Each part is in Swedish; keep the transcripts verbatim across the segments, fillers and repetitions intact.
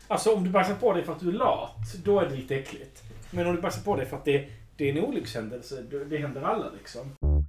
Alltså om du bajsar på dig för att du är lat, då är det lite äckligt. Men om du bajsar på dig för att det, det är en olyckshändelse, det händer alla liksom.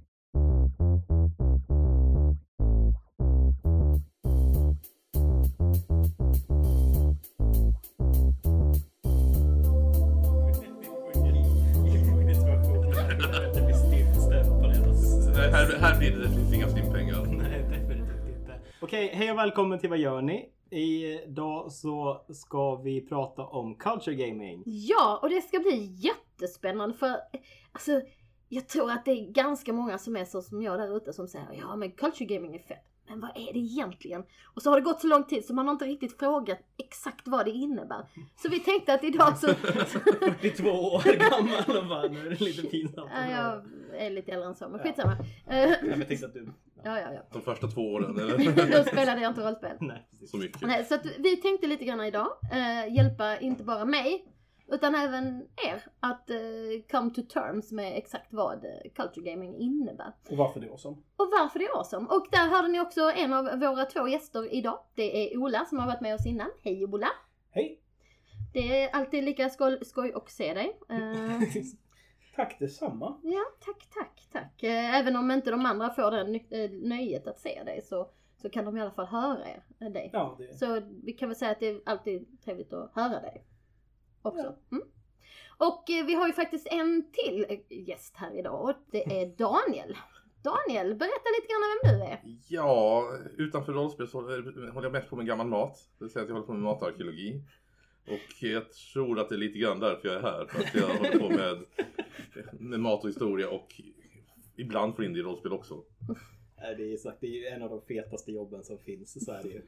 Här, här blir det definitivt inga stimpengar. Nej, definitivt inte. Okej, hej och välkommen till Vad gör ni? Idag så ska vi prata om culture gaming. Ja, och det ska bli jättespännande för alltså, jag tror att det är ganska många som är så som jag där ute som säger ja men culture gaming är fett. Men vad är det egentligen? Och så har det gått så lång tid så man har inte riktigt frågat exakt vad det innebär. Så vi tänkte att idag så... fyrtiotvå år gammal och bara, nu är det lite pinsamt. Ja, jag är lite äldre än så, men skitsamma. Ja, men jag tänkte att du... Ja, ja, ja. De första två åren, eller? Då spelade jag inte rollspel. Nej, precis. Så mycket. Nej, så att vi tänkte lite grann idag eh, hjälpa inte bara mig utan även er att eh, come to terms med exakt vad eh, culture gaming innebär. Och varför det är awesome. Och varför det är awesome. Och där hörde ni också en av våra två gäster idag. Det är Ola som har varit med oss innan. Hej Ola. Hej. Det är alltid lika skoj, skoj att se dig. Eh, Tack detsamma. ja, tack, tack, tack. Eh, även om inte de andra får den eh, nöjet att se dig så, så kan de i alla fall höra er, eh, dig. Ja, det... Så vi kan väl säga att det är alltid trevligt att höra dig också. Mm. Och eh, vi har ju faktiskt en till gäst här idag och det är Daniel. Daniel, berätta lite grann vem du är. Ja, utanför rollspel så håller jag mest på med gammal mat. Det vill säga att jag håller på med matarkeologi. Och jag tror att det är lite grann därför jag är här. För att jag håller på med, med mat och historia och ibland får in det i rollspel också. Det är, sagt, det är en av de fetaste jobben som finns i Sverige.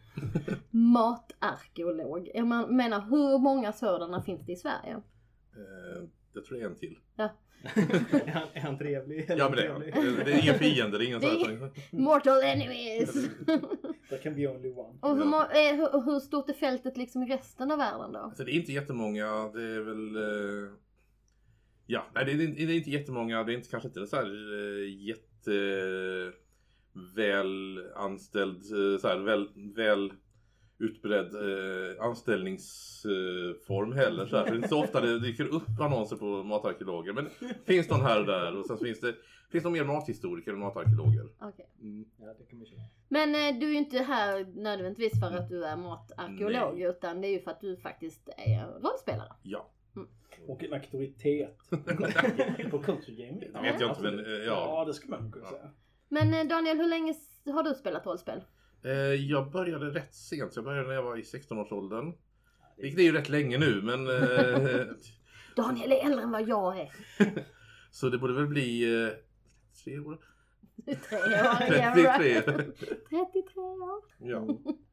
Matarkeolog. Jag menar, hur många sådana finns det i Sverige? Eh, jag tror det är en till. Ja. är, han, är han trevlig? Ja, men det är han. Det är ingen fiende, det är ingen Det sån är här... mortal enemies. There can be only one. Och hur, må- eh, hur, hur stort är fältet liksom i resten av världen då? Alltså det är inte jättemånga, det är väl... Eh... Ja, nej det är, det är inte jättemånga, det är inte, kanske inte så här eh, jätte... väl anställd, eh, så här, väl, väl utbredd eh, anställningsform eh, heller. Så här. För det är inte så ofta det dyker upp annonser på matarkeologer. Men det finns någon här och där. Och sen finns det finns någon mer mathistoriker än matarkeologer. Okay. Mm, ja, det kan man känna. Men eh, du är ju inte här nödvändigtvis för att du är matarkeolog. Nej. Utan det är ju för att du faktiskt är rollspelare. Ja. Mm. Och en auktoritet på culture gaming. Det vet jag inte, men eh, ja. Ja, det ska man kunna Ja. säga. Men eh, Daniel, hur länge har du spelat rollspel? Eh, jag började rätt sent. Jag började när jag var i sexton-årsåldern. Vilket är ju rätt länge nu, men... Eh, Daniel är äldre än vad jag är. så det borde väl bli... Eh, tre år? Tre år. trettiotre. trettiotre år. Ja.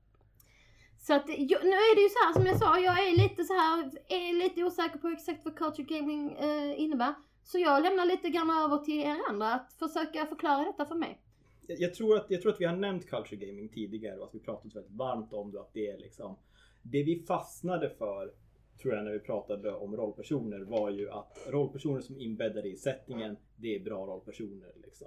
Så att, jag, nu är det ju så här som jag sa, jag är lite så här, är lite osäker på exakt vad culture gaming eh, innebär. Så jag lämnar lite grann över till er andra att försöka förklara detta för mig. Jag, jag, tror att, jag tror att vi har nämnt culture gaming tidigare och att vi pratat väldigt varmt om det. Att det är liksom, det vi fastnade för, tror jag när vi pratade om rollpersoner, var ju att rollpersoner som inbäddade i settingen, det är bra rollpersoner liksom.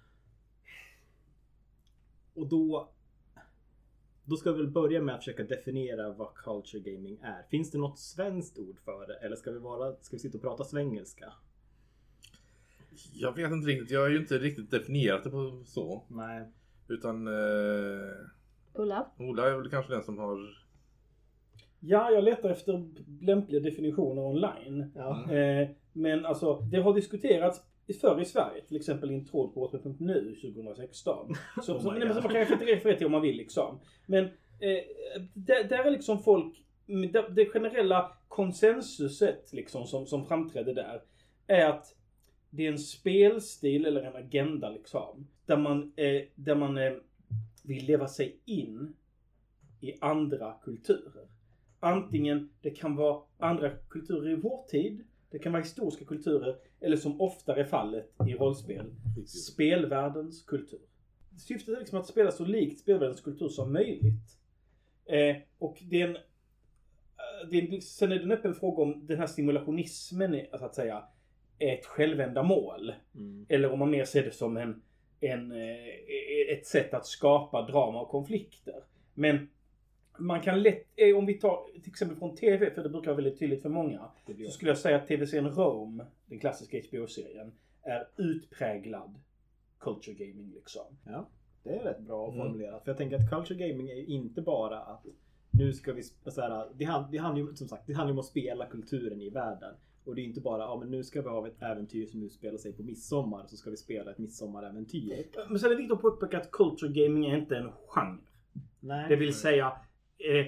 Och då... Då ska vi väl börja med att försöka definiera vad culture gaming är. Finns det något svenskt ord för det? Eller ska vi, vara, ska vi sitta och prata svengelska? Jag vet inte riktigt. Jag har ju inte riktigt definierat det på så. Nej. Utan... Eh, Ola? Ola är väl kanske den som har... Ja, jag letar efter lämpliga definitioner online. Ja. Eh, men alltså, det har diskuterats förr i Sverige. Till exempel i en tråd på åtta punkt nu tjugohundrasexton. Så, Oh så, my nej, men så God. man kan ju referera till om man vill liksom. Men eh, där, där är liksom folk... Det, det generella konsensuset liksom som, som framträder där är att det är en spelstil eller en agenda liksom. Där man, eh, där man eh, vill leva sig in i andra kulturer. Antingen det kan vara andra kulturer i vår tid. Det kan vara historiska kulturer. Eller som ofta är fallet i rollspel. Spelvärldens kultur. Syftet är liksom att spela så likt spelvärldens kultur som möjligt. Eh, och det är en, det är en... Sen är det en öppen fråga om den här simulationismen så att säga är ett självändamål. Mm. Eller om man mer ser det som en, en, ett sätt att skapa drama och konflikter. Men man kan lätt, eh, om vi tar till exempel från tv, för det brukar vara väldigt tydligt för många, så skulle jag säga att tv-serien Rome, den klassiska H B O-serien, är utpräglad culture gaming liksom. Ja, det är rätt bra formulerat. Mm. För jag tänker att culture gaming är ju inte bara att nu ska vi, så här, det, hand, det handlar ju som sagt, det handlar ju om att spela kulturen i världen. Och det är inte bara, ja men nu ska vi ha ett äventyr som utspelar sig på midsommar, så ska vi spela ett midsommaräventyr. Men så är det viktigt att påpeka att culture gaming är inte en genre. Nej. Det vill säga, eh,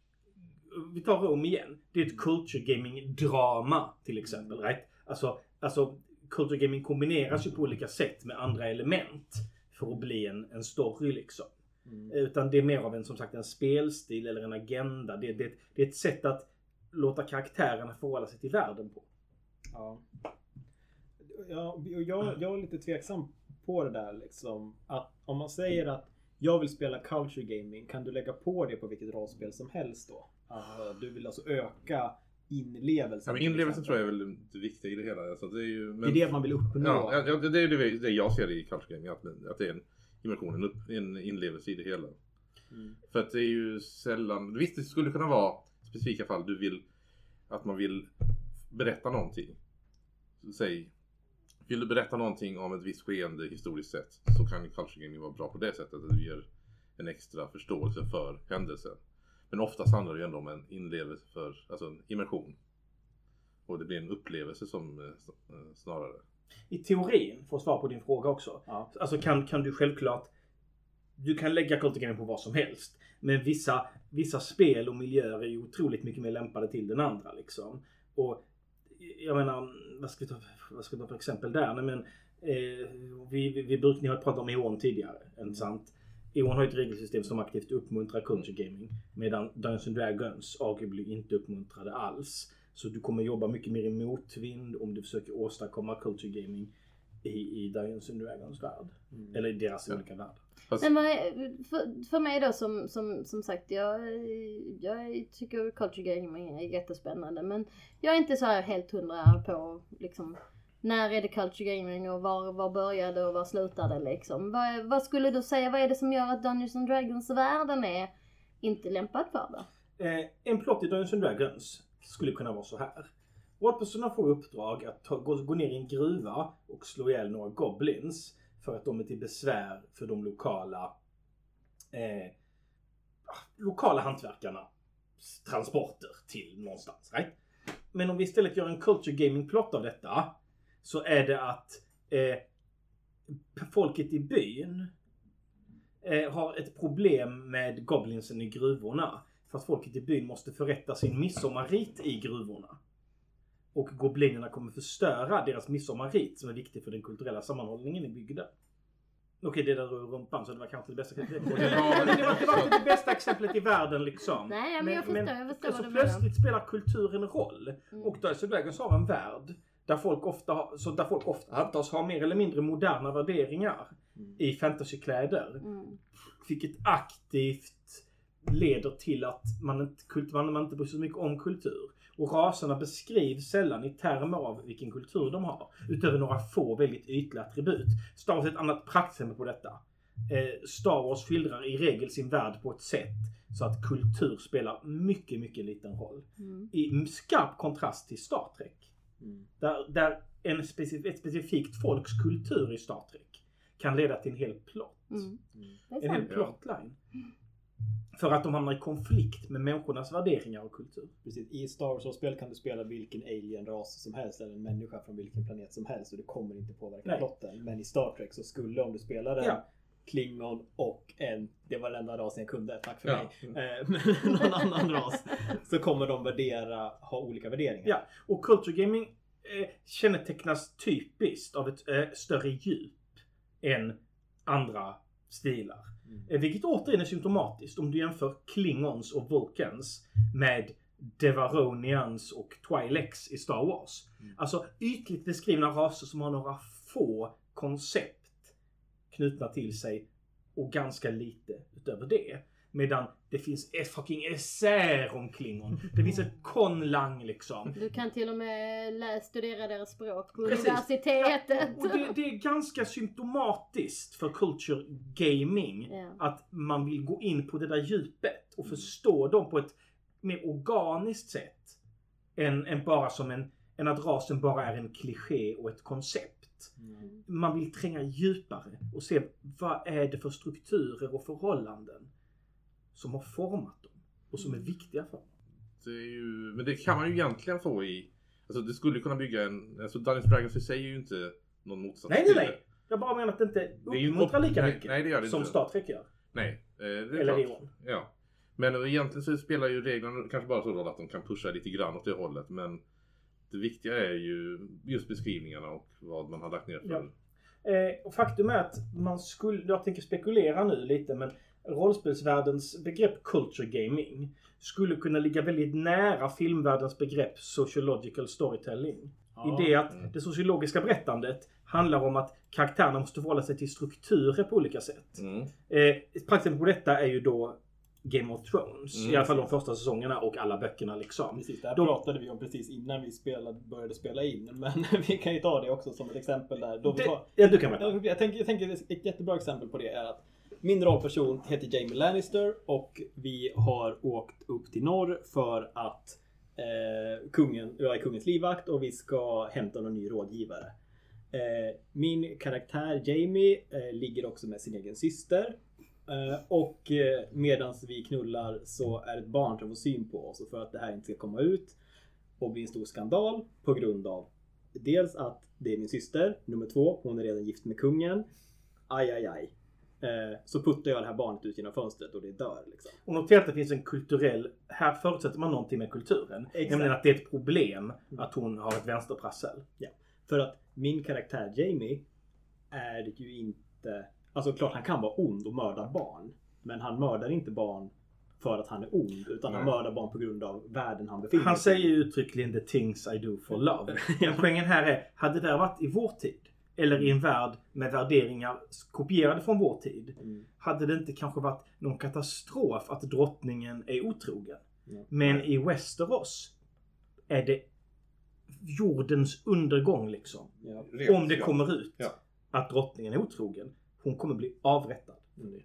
vi tar Rome igen. Det är ett culture gaming drama till exempel, right? Alltså, alltså culture gaming kombineras ju på olika sätt med andra element för att bli en, en story liksom. Mm. Utan det är mer av en, som sagt, en spelstil eller en agenda. Det, det, det är ett sätt att låta karaktärerna förhålla sig till världen på. Ja. Ja, jag, jag är lite tveksam på det där liksom. Att om man säger att jag vill spela culture gaming, kan du lägga på det på vilket rollspel som helst då? Uh, du vill alltså öka inlevelsen. Ja, men inlevelsen tror jag är väl det viktiga i det hela. Alltså, det är ju, men... det är det man vill uppnå. Ja, ja det är det, det jag ser i culture gaming. Att, att det är en immersion, en, en inlevelse i det hela. Mm. För att det är ju sällan... Visst, det skulle kunna vara specifika fall du vill att man vill berätta någonting. Så säg, vill du berätta någonting om ett visst skeende historiskt sett, så kan culture gaming vara bra på det sättet att du ger en extra förståelse för händelsen. Men oftast handlar det ju ändå om en inlevelse för, alltså en immersion. Och det blir en upplevelse som snarare. I teorin, för att svara på din fråga också. Ja. Alltså kan, kan du självklart, du kan lägga culture gaming på vad som helst. Men vissa, vissa spel och miljöer är ju otroligt mycket mer lämpade till den andra liksom. Och jag menar, vad ska vi ta, vad ska vi ta för exempel där? Nej, men, eh, vi, vi, vi brukar, ni har pratat om Eon tidigare, inte sant? Eon har ett regelsystem som aktivt uppmuntrar culture gaming, medan Dungeons and Dragons arguably inte uppmuntrade alls. Så du kommer jobba mycket mer i motvind om du försöker åstadkomma culture gaming i, i Dungeons and Dragons värld. Mm. Eller i deras ja. olika värld. Men för, för mig då som, som, som sagt, jag, jag tycker culture gaming är jättespännande. Men jag är inte så här helt hundra på liksom, när är det culture gaming och var, var började och var slutade liksom. Vad, vad skulle du säga, vad är det som gör att Dungeons and Dragons världen är inte lämpad för det? Eh, en plott i Dungeons and Dragons skulle kunna vara så här. Rollpersonerna får uppdrag att ta, gå, gå ner i en gruva och slå ihjäl några goblins för att de är till besvär för de lokala eh, lokala hantverkarna transporter till någonstans, right? Men om vi istället gör en culture gaming plot av detta, så är det att eh, folket i byn eh, har ett problem med goblinsen i gruvorna. För att folket i byn måste förrätta sin midsommarrit i gruvorna. Och goblinerna kommer förstöra deras midsommarrit som är viktig för den kulturella sammanhållningen i bygden. Okej, det där rör rumpan, så det var kanske det bästa exemplet. Det var, det var, det var inte det bästa exemplet i världen liksom. Nej, men, men jag förstår, jag förstår alltså, vad du plötsligt menar. spelar kulturen roll. Mm. Och Dungeons and Dragons har en värld där folk ofta har, så där folk ofta antas ha mer eller mindre moderna värderingar mm. i fantasykläder. Mm. Vilket aktivt leder till att man inte, man, man inte bryr sig så mycket om kultur. Och raserna beskrivs sällan i termer av vilken kultur de har. Utöver några få väldigt ytliga attribut. Star Wars är ett annat praktexempel på detta. Eh, Star Wars skildrar i regel sin värld på ett sätt så att kultur spelar mycket, mycket liten roll. Mm. I skarp kontrast till Star Trek. Mm. Där, där en specif- ett specifikt folks kultur i Star Trek kan leda till en hel plott. Mm. Mm. En hel plotline. Mm. För att de hamnar i konflikt med människornas värderingar och kultur. Precis. I Star Wars-spel kan du spela vilken alien-ras som helst eller en människa från vilken planet som helst och det kommer inte påverka plotten. Men i Star Trek så skulle, om du spelar en ja. Klingon och en, det var den enda rasen jag kunde, tack för ja. mig, mm. men någon annan ras, så kommer de värdera, ha olika värderingar. Ja, och culture gaming eh, kännetecknas typiskt av ett eh, större djup än andra stilar. Mm. Vilket återigen är symptomatiskt om du jämför Klingons och Vulcans med Devaronians och Twi'leks i Star Wars. Mm. Alltså ytligt beskrivna raser som har några få koncept knutna till sig och ganska lite utöver det. Medan det finns ett fucking essäer om Klingon. Det finns ett konlang liksom. Du kan till och med läsa, studera deras språk på Precis. universitetet. Och det, det är ganska symptomatiskt för culture gaming. Ja. Att man vill gå in på det där djupet och förstå dem på ett mer organiskt sätt. Än, än bara som en, än att rasen bara är en kliché och ett koncept. Mm. Man vill tränga djupare och se vad är det för strukturer och förhållanden som har format dem och som är viktiga för dem. Det är ju, men det kan man ju egentligen få i... Alltså det skulle kunna bygga en... Alltså Dungeons and Dragons för sig är ju inte någon motsats. Nej, nej, nej. Jag bara menar att det inte Det är ju uppmuntrar lika nej, mycket nej, det gör det som inte. Star Trek gör. Nej, eh, det är Eller klart. Eon. Ja. Men egentligen så spelar ju reglerna kanske bara så roll att de kan pusha lite grann åt det hållet. Men det viktiga är ju just beskrivningarna och vad man har lagt ner för. Ja. Eh, och faktum är att man skulle, jag tänker spekulera nu lite, men rollspelsvärldens begrepp culture gaming skulle kunna ligga väldigt nära filmvärldens begrepp sociological storytelling. Ja. I det att Mm. det sociologiska berättandet handlar om att karaktärerna måste förhålla sig till strukturer på olika sätt. Mm. Eh, ett praktexempel på detta är ju då Game of Thrones. Mm. I alla fall de första säsongerna och alla böckerna liksom. Precis, det här De- pratade vi om precis innan vi spelade, började spela in. Men vi kan ju ta det också som ett exempel där. Då vi Det, tar, ja, du kan berätta. jag, tänker, jag tänker ett jättebra exempel på det är att min rollperson heter Jaime Lannister och vi har åkt upp till norr för att eh, kungen, jag är kungens livvakt och vi ska hämta någon ny rådgivare. Eh, min karaktär Jamie eh, ligger också med sin egen syster. Eh, och eh, medans vi knullar så är ett barn som får syn på oss. Och för att det här inte ska komma ut och bli en stor skandal på grund av dels att det är min syster. Nummer två, hon är redan gift med kungen. Aj, aj, aj. Eh, så puttar jag det här barnet ut genom fönstret och det dör liksom. Och notera att det finns en kulturell... Här förutsätter man någonting med kulturen. Exakt. Nämligen att det är ett problem att hon har ett vänsterprassel. Ja. För att min karaktär Jamie är ju inte... Alltså klart han kan vara ond och mörda barn. Men han mördar inte barn för att han är ond. Utan han Nej. mördar barn på grund av världen han befinner Han sig i. säger ju uttryckligen the things I do for love. Men poängen här är, hade det där varit i vår tid, eller i en värld med värderingar kopierade från vår tid, Mm. hade det inte kanske varit någon katastrof att drottningen är otrogen. Ja. Men i Westeros är det jordens undergång liksom. Ja. Rent, Om det ja. kommer ut Ja. att drottningen är otrogen. Hon kommer bli avrättad. Mm.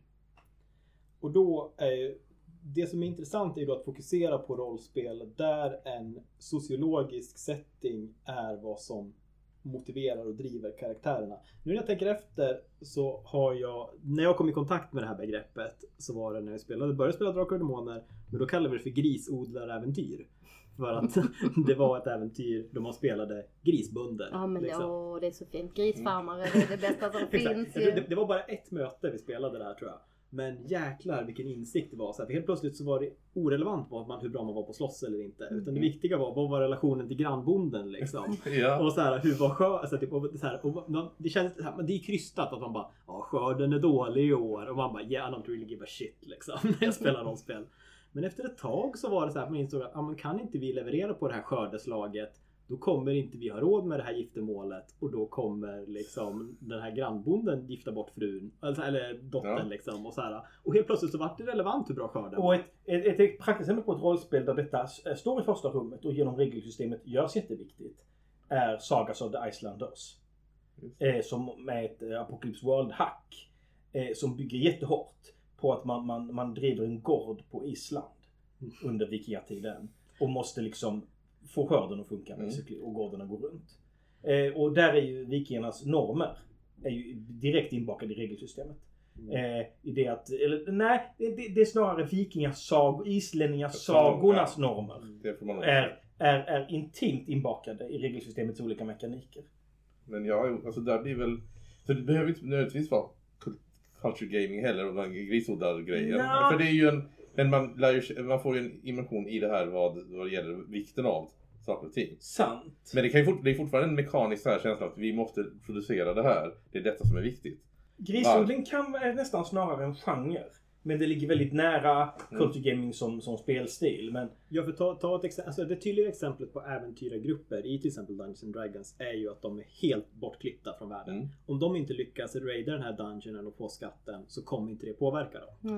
Och då är det som är intressant är ju då att fokusera på rollspel där en sociologisk setting är vad som motiverar och driver karaktärerna. Nu när jag tänker efter så har jag, när jag kom i kontakt med det här begreppet så var det när jag spelade, började spela Drakar och Demoner, men då kallade vi det för grisodlaräventyr. För att det var ett äventyr då man spelade grisbönder. Ja men liksom. åh, det är så fint. Grisfarmare, det är det bästa som finns Exakt. ju. Det, det var bara ett möte vi spelade där tror jag. Men jäklar vilken insikt det var. Så här, för helt plötsligt så var det orelevant vad man, hur bra man var på slåss eller inte. Utan det viktiga var, vad var relationen till grannbonden liksom. Ja. Och så här, hur var skörden? Alltså, typ, och så här, och man, det känns så här, men det är krystat att man bara, ja skörden är dålig i år. Och man bara, yeah I don't really give a shit liksom. När jag spelar rollspel. Men efter ett tag så var det så här, man insåg att ja, men kan inte vi leverera på det här skördeslaget, då kommer inte vi ha råd med det här giftermålet och då kommer liksom den här grannbonden gifta bort frun alltså, eller dottern Ja. liksom och så här. Och helt plötsligt så var det relevant hur bra skörden Och var. ett, ett, ett praktexempel på ett rollspel där detta s- står i första rummet och genom regelsystemet görs jätteviktigt är Sagas of the Icelanders. Eh, som är ett eh, Apocalypse World-hack. Eh, som bygger jättehårt på att man, man, man driver en gård på Island under vikingatiden. Och måste liksom få skörden att funka Mm. basically, och gårdarna går runt. Eh, och där är ju vikingarnas normer är ju direkt inbakade i regelsystemet. Eh, I det att, eller nej, det, det, det är snarare vikingasag, islänningasagornas normer Det får man nog är, är, är intimt inbakade i regelsystemets olika mekaniker. Men ja, alltså där blir väl... Så det behöver inte nödvändigtvis vara culture gaming heller och grisodlar-grejen. Nja. För det är ju en... Men man, lär ju, man får ju en dimension i det här vad, vad det gäller vikten av saker och ting. Sant. Men det, kan ju fort, det är fortfarande en mekanisk så här känsla att vi måste producera det här. Det är detta som är viktigt. Grisodling kan vara nästan snarare en genre. Men det ligger väldigt nära culture gaming som, som spelstil. Men Ja, för ta, ta ett exempel, alltså det tydliga exemplet på äventyrargrupper i till exempel Dungeons and Dragons är ju att de är helt bortklippta från världen. Mm. Om de inte lyckas raida den här dungeonen och få skatten så kommer inte det påverka dem. Mm.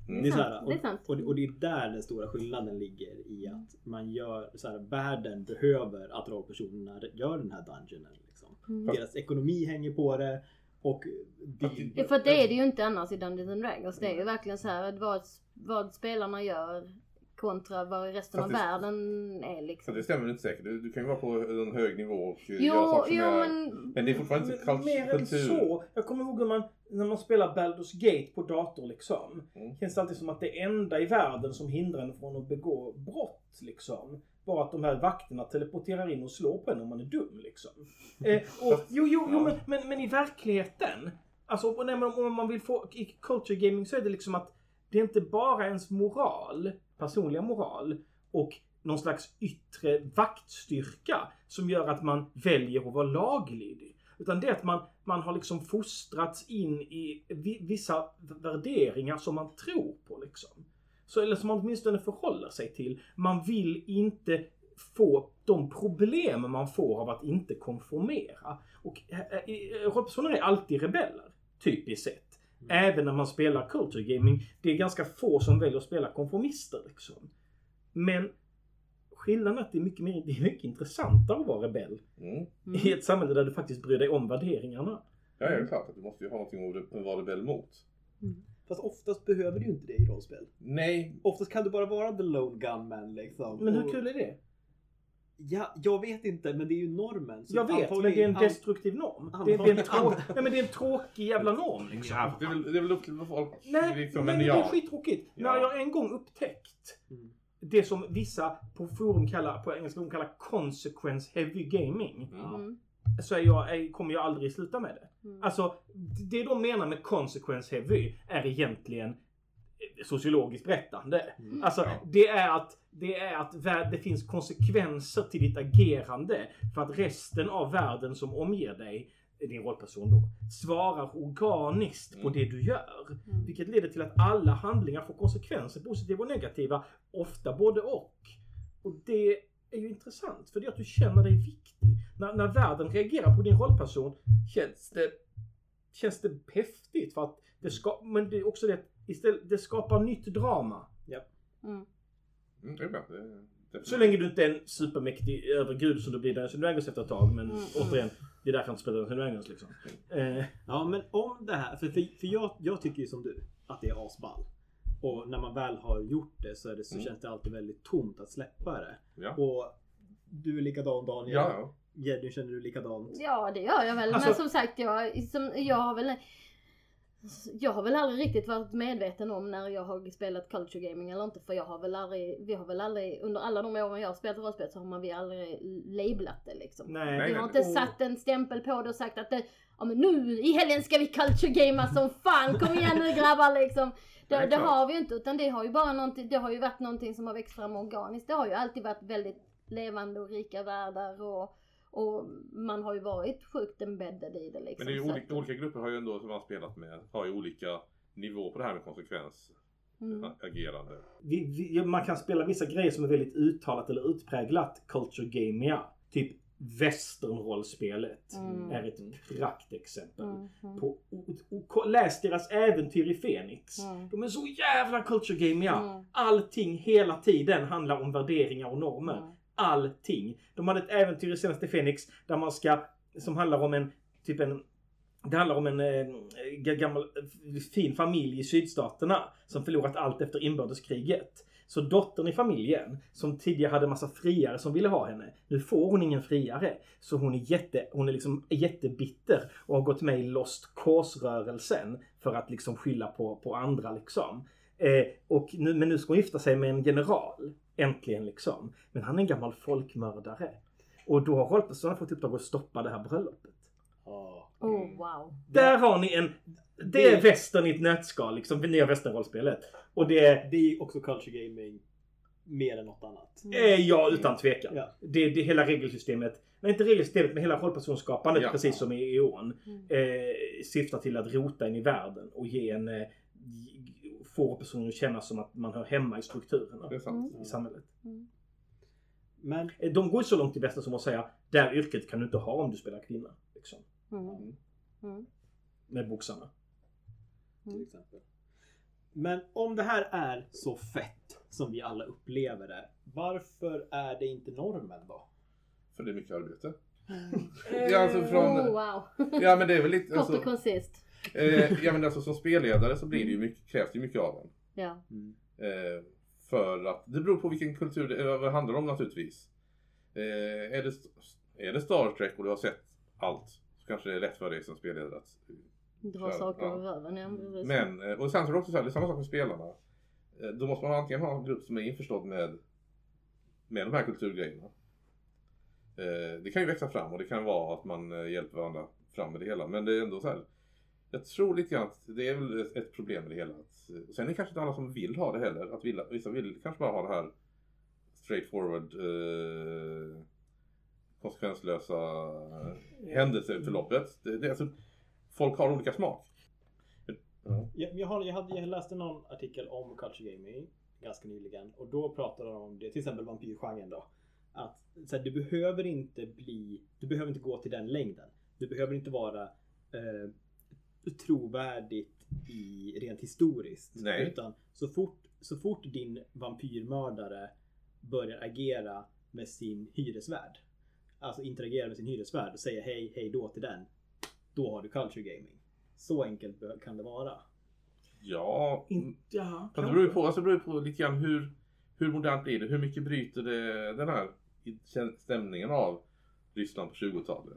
Mm. Det är så här, Det är sant. och, och, och det är där den stora skillnaden ligger i att man gör så här, världen behöver att rollpersonerna gör den här dungeonen liksom. Mm. Deras ekonomi hänger på det och det, Ja, för det är det ju inte annars i Dungeons and Dragons. Det är ju verkligen så här att vad, vad spelarna gör kontra vad resten av Faktiskt. världen är liksom. Så det stämmer inte säkert. Du, du kan ju vara på en hög nivå och Jo, göra saker som jo är... men... Men det är fortfarande inte Men mer än kultur. så. Jag kommer ihåg när man, när man spelar Baldur's Gate på dator liksom. Mm. Känns det alltid som att det enda i världen som hindrar en från att begå brott liksom. Bara att de här vakterna teleporterar in och slår på en om man är dum liksom. Eh, och, jo, jo, jo men, men, men i verkligheten. Alltså och när man, om man vill få i culture gaming så är det liksom att det är inte bara ens moral, personliga moral och någon slags yttre vaktstyrka som gör att man väljer att vara laglydig. Utan det är att man, man har liksom fostrats in i vissa värderingar som man tror på liksom. Så, eller som man åtminstone förhåller sig till. Man vill inte få de problem man får av att inte konformera. Och rollpersoner är alltid rebeller, typiskt sett. Mm. Även när man spelar culture gaming. Det är ganska få som väljer att spela konformister liksom. Men skillnaden är att det är mycket, mer, det är mycket intressantare att vara rebell. Mm. Mm. I ett samhälle där du faktiskt bryr dig om värderingarna. Ja, det är klart att du måste ju ha någonting att vara rebell mot. Mm. Fast oftast behöver du ju inte det i rollspel. Nej. Oftast kan du bara vara the lone gunman liksom. Men hur och, kul är det? Ja, jag vet inte, men det är ju normen. Så Jag vet, men det är en an- destruktiv norm. Det är, det, är en trå- Nej, men det är en tråkig jävla norm liksom. Ja, det är väl, det är väl upp till folk. Nej, liksom, nej men men ja. det är skittråkigt. Ja. När jag en gång upptäckt Mm. det som vissa på forum kallar, på engelska de kallar consequence heavy gaming. Mm. Mm. Så är jag, är, kommer jag aldrig sluta med det. Mm. Alltså, det de menar med consequence heavy är egentligen sociologiskt berättande. Mm. Alltså, det är att det är att det finns konsekvenser till ditt agerande för att resten av världen som omger dig, din rollperson då, svarar organiskt på Mm. det du gör. Mm. Vilket leder till att alla handlingar får konsekvenser, positiva och negativa, ofta både och. Och det är ju intressant, för det är att du känner dig viktig. När, när världen reagerar på din rollperson känns det, känns det häftigt, för att det ska, men det är också det, istället, det skapar nytt drama. Mm. Mm, det är bra. Det, det, Så länge du inte är en supermäktig övergud som du blir Dungeons and Dragons efter ett tag. Men Mm. återigen, det är därför jag inte spelar Dungeons and Dragons liksom. Eh, Ja, men om det här, för, för, för jag, jag tycker ju som du att det är asball. Och när man väl har gjort det så, är det, så Mm. känns det alltid väldigt tomt att släppa det. ja. Och du är likadan, Daniel. Ja, ja. Jenny, känner du likadant? Ja, det gör jag väl. Alltså- Men som sagt, jag, som, jag har väl... Jag har väl aldrig riktigt varit medveten om när jag har spelat culture gaming eller inte. För jag har väl aldrig, vi har väl aldrig, under alla de åren jag har spelat rollspel så har man vi aldrig lablat det liksom. nej, Vi Nej, har nej. inte Och- satt en stämpel på det och sagt att det, ja men nu i helgen ska vi culture gamea som fan, kom igen nu grabbar liksom. Det, Nej, det klart. har vi ju inte, utan det har ju bara någonting, det har ju varit någonting som har växt fram organiskt. Det har ju alltid varit väldigt levande och rika världar och, och man har ju varit sjukt embedded i det liksom. Men det är ju Så olika, att- olika grupper har ju ändå, som har spelat med, har ju olika nivå på det här med konsekvens. Mm. Agerande. vi, vi, man kan spela vissa grejer som är väldigt uttalat eller utpräglat culture gamea. Typ westernrollspelet Mm. är ett praktexempel. Mm, mm, På, och, och, och, läs deras äventyr i Fenix. Mm. De är så jävla culture gamea. Mm. Allting hela tiden handlar om värderingar och normer. Mm. Allting. De hade ett äventyr i senaste Fenix där man ska, som handlar om en, typ en, det handlar om en eh, gammal eh, fin familj i sydstaterna som förlorat allt efter inbördeskriget. Så dottern i familjen, som tidigare hade massa friare som ville ha henne, nu får hon ingen friare. Så hon är, jätte, hon är liksom jättebitter och har gått med i Lost Cause-rörelsen för att liksom skylla på, på andra liksom. Eh, och nu, men nu ska hon gifta sig med en general, äntligen liksom. Men han är en gammal folkmördare. Och då har rollpersonen fått uppdrag att stoppa det här bröllopet. Ja. Oh wow. Där har ni en... Det är västern i ett nötskal, liksom, det nya västernrollspelet. Och det är... Det är också culture gaming mer än något annat. Eh, ja, utan tvekan. Ja. Det, det hela regelsystemet, nej inte regelsystemet men hela rollpersonsskapandet, Ja. precis som i Eon, Mm. eh, syftar till att rota in i världen och ge en... Eh, få personer att känna som att man hör hemma i strukturerna Det är sant. i samhället. Mm. Men Eh, De går så långt i västern som att säga, det här yrket kan du inte ha om du spelar kvinna. Liksom, Mm. Mm. med boxarna. till exempel. Men om det här är så fett som vi alla upplever det, varför är det inte normen då? För det är mycket arbete. Mm. Ja, alltså från... Oh, wow. Ja, men det är väl lite... Kort Alltså, och koncist. eh, ja, men alltså som spelledare så blir det ju mycket, krävs det ju mycket av en. Ja. Mm. Eh, för att det beror på vilken kultur det, det handlar om naturligtvis. Eh, är, det, är det Star Trek och du har sett allt så kanske det är lätt för dig som spelledare att Dra köra, saker ja. över röven. Ja, precis. Men, eh, och sen så är det också så här, det är samma sak med spelarna. Eh, då måste man antingen ha en grupp som är införstådd med, med de här kulturgrejerna. Eh, det kan ju växa fram och det kan vara att man eh, hjälper varandra fram med det hela. Men det är ändå så här. Jag tror lite grann att det är väl ett, ett problem med det hela. Att, och sen är det kanske inte alla som vill ha det heller. Att vilja, vissa vill kanske bara ha det här straightforward eh, konsekvenslösa händelseförloppet. Det, det, alltså, folk har olika smak. Ja. Jag, jag, har, jag, hade, jag läste någon artikel om culture gaming ganska nyligen. Och då pratade de om det, till exempel vampyrgenren då. Att så här, du behöver inte bli, du behöver inte gå till den längden. Du behöver inte vara eh, trovärdigt i, rent historiskt. Nej. Utan så fort, så fort din vampyrmördare börjar agera med sin hyresvärd. Alltså interagera med sin hyresvärd och säga hej, hej då till den. Då har du culture gaming. Så enkelt kan det vara. Ja, In, ja fast det beror ju på, alltså det beror ju på lite grann hur, hur modernt blir det. Hur mycket bryter det den här stämningen av Ryssland på tjugotalet.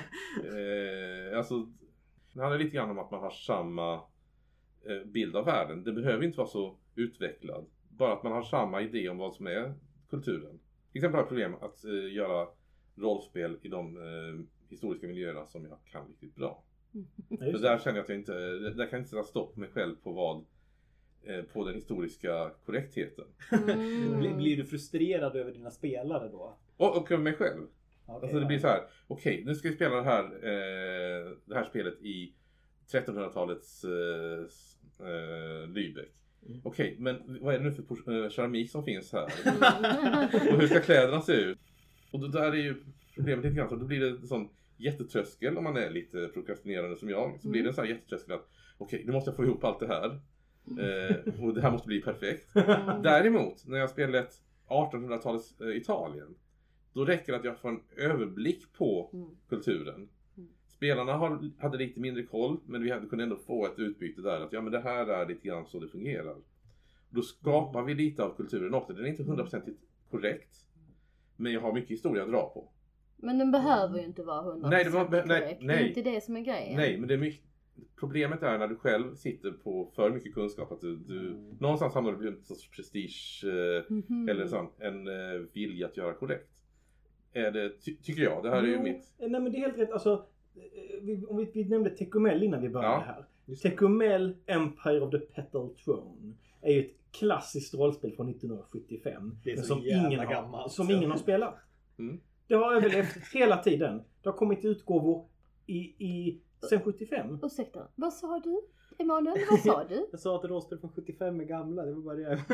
eh, alltså, det handlar lite grann om att man har samma eh, bild av världen. Det behöver inte vara så utvecklad. Bara att man har samma idé om vad som är kulturen. Till exempel har jag problem att eh, göra rollspel i de eh, historiska miljöerna som jag kan riktigt bra. Ja, För där känner jag att jag inte, där kan jag inte sätta stopp mig själv på vad eh, på den historiska korrektheten. Mm. Blir, blir du frustrerad över dina spelare då? Och, och över mig själv. Okay, Alltså det blir så här, okej, okay, nu ska vi spela det här, eh, det här spelet i trettonhundratalets eh, eh, Lübeck. Mm. Okej, okay, men vad är det nu för eh, keramik som finns här? Och hur ska kläderna se ut? Och då där är ju problemet lite grann, så då blir det en sån jättetröskel om man är lite prokrastinerande som jag. Så blir det en sån här jättetröskel att okej, okay, nu måste jag få ihop allt det här. Eh, och det här måste bli perfekt. Däremot, när jag spelar ett artonhundratalets eh, Italien, då räcker det att jag får en överblick på Mm. kulturen. Mm. Spelarna har, hade lite mindre koll, men vi hade, kunde ändå få ett utbyte där. Att ja, men det här är lite grann så det fungerar. Då skapar vi lite av kulturen också. Den är inte hundraprocentigt korrekt. Men jag har mycket historia att dra på. Men den behöver ju inte vara hundra procent Nej, det var- nej, korrekt. Det nej. är inte det som är grejen. Nej, men det är mycket... Problemet är när du själv sitter på för mycket kunskap. Att du, du Mm. någonstans hamnar du på en sorts prestige eh, Mhm. eller sån, en eh, vilja att göra korrekt. Är det, ty- tycker jag. Det här är ju Jo, mitt... Nej men det är helt rätt. Alltså, eh, vi, om vi, vi nämnde Tecumel innan vi började Ja. här. Tecumel Empire of the Petal Throne är ju ett klassiskt rollspel från nittonhundrasjuttiofem. Det är men så som jävla ingen, har, gammalt. som ingen har spelat. Mm. Det har överlevt hela tiden. Det har kommit utgåvor i, i sen sjuttiofem. Ursäkta, vad sa du? Emanuel, vad sa du? Jag sa att rollspel från sjuttiofem är gamla, det var bara det.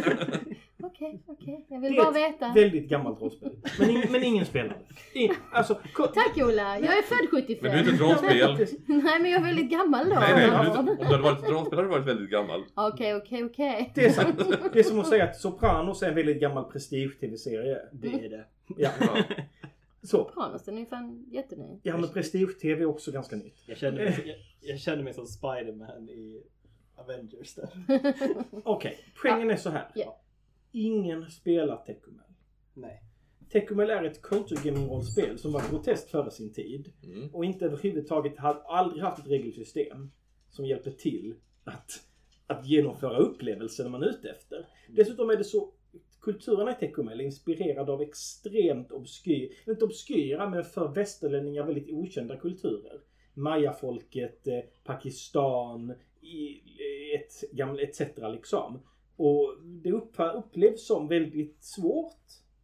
Okej, okej. Jag vill Det är bara ett veta. väldigt gammalt rollspel. Men, in, men ingen spelar det. In, alltså, ko- Tack Ola, jag är född sjuttiofem. Men du är inte ett rollspel. Nej, men jag är väldigt gammal då. Nej, nej, men du, om du hade varit ett rollspel hade du varit väldigt gammal. Okej, okej, okej. det, är som, det är som att säga att Sopranos är en väldigt gammal prestige-tv-serie. Det är det. Ja. Ja. Så. Sopranos, den är ju fan jätteny. Ja, men prestige-tv är också ganska nytt. Jag känner mig, jag, jag känner mig som Spider-Man i Avengers där. Okej, poängen är så här. Ja. Ingen spelar Tecumel. Nej. Tecumel är ett culture gaming-rollspel som var groteskt före sin tid. Mm. Och inte överhuvudtaget hade aldrig haft ett regelsystem som hjälper till att, att genomföra upplevelsen man är ute efter. Dessutom är det så, kulturerna i Tecumel är inspirerade av extremt obskyra, inte obskyra men för västerlänningar väldigt okända kulturer. Mayafolket, eh, Pakistan, i, ett, gamla, et cetera liksom. Och det upp, upplevs som väldigt svårt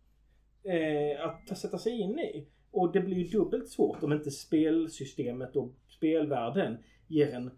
eh, att ta, sätta sig in i. Och det blir ju dubbelt svårt om inte spelsystemet och spelvärlden ger en,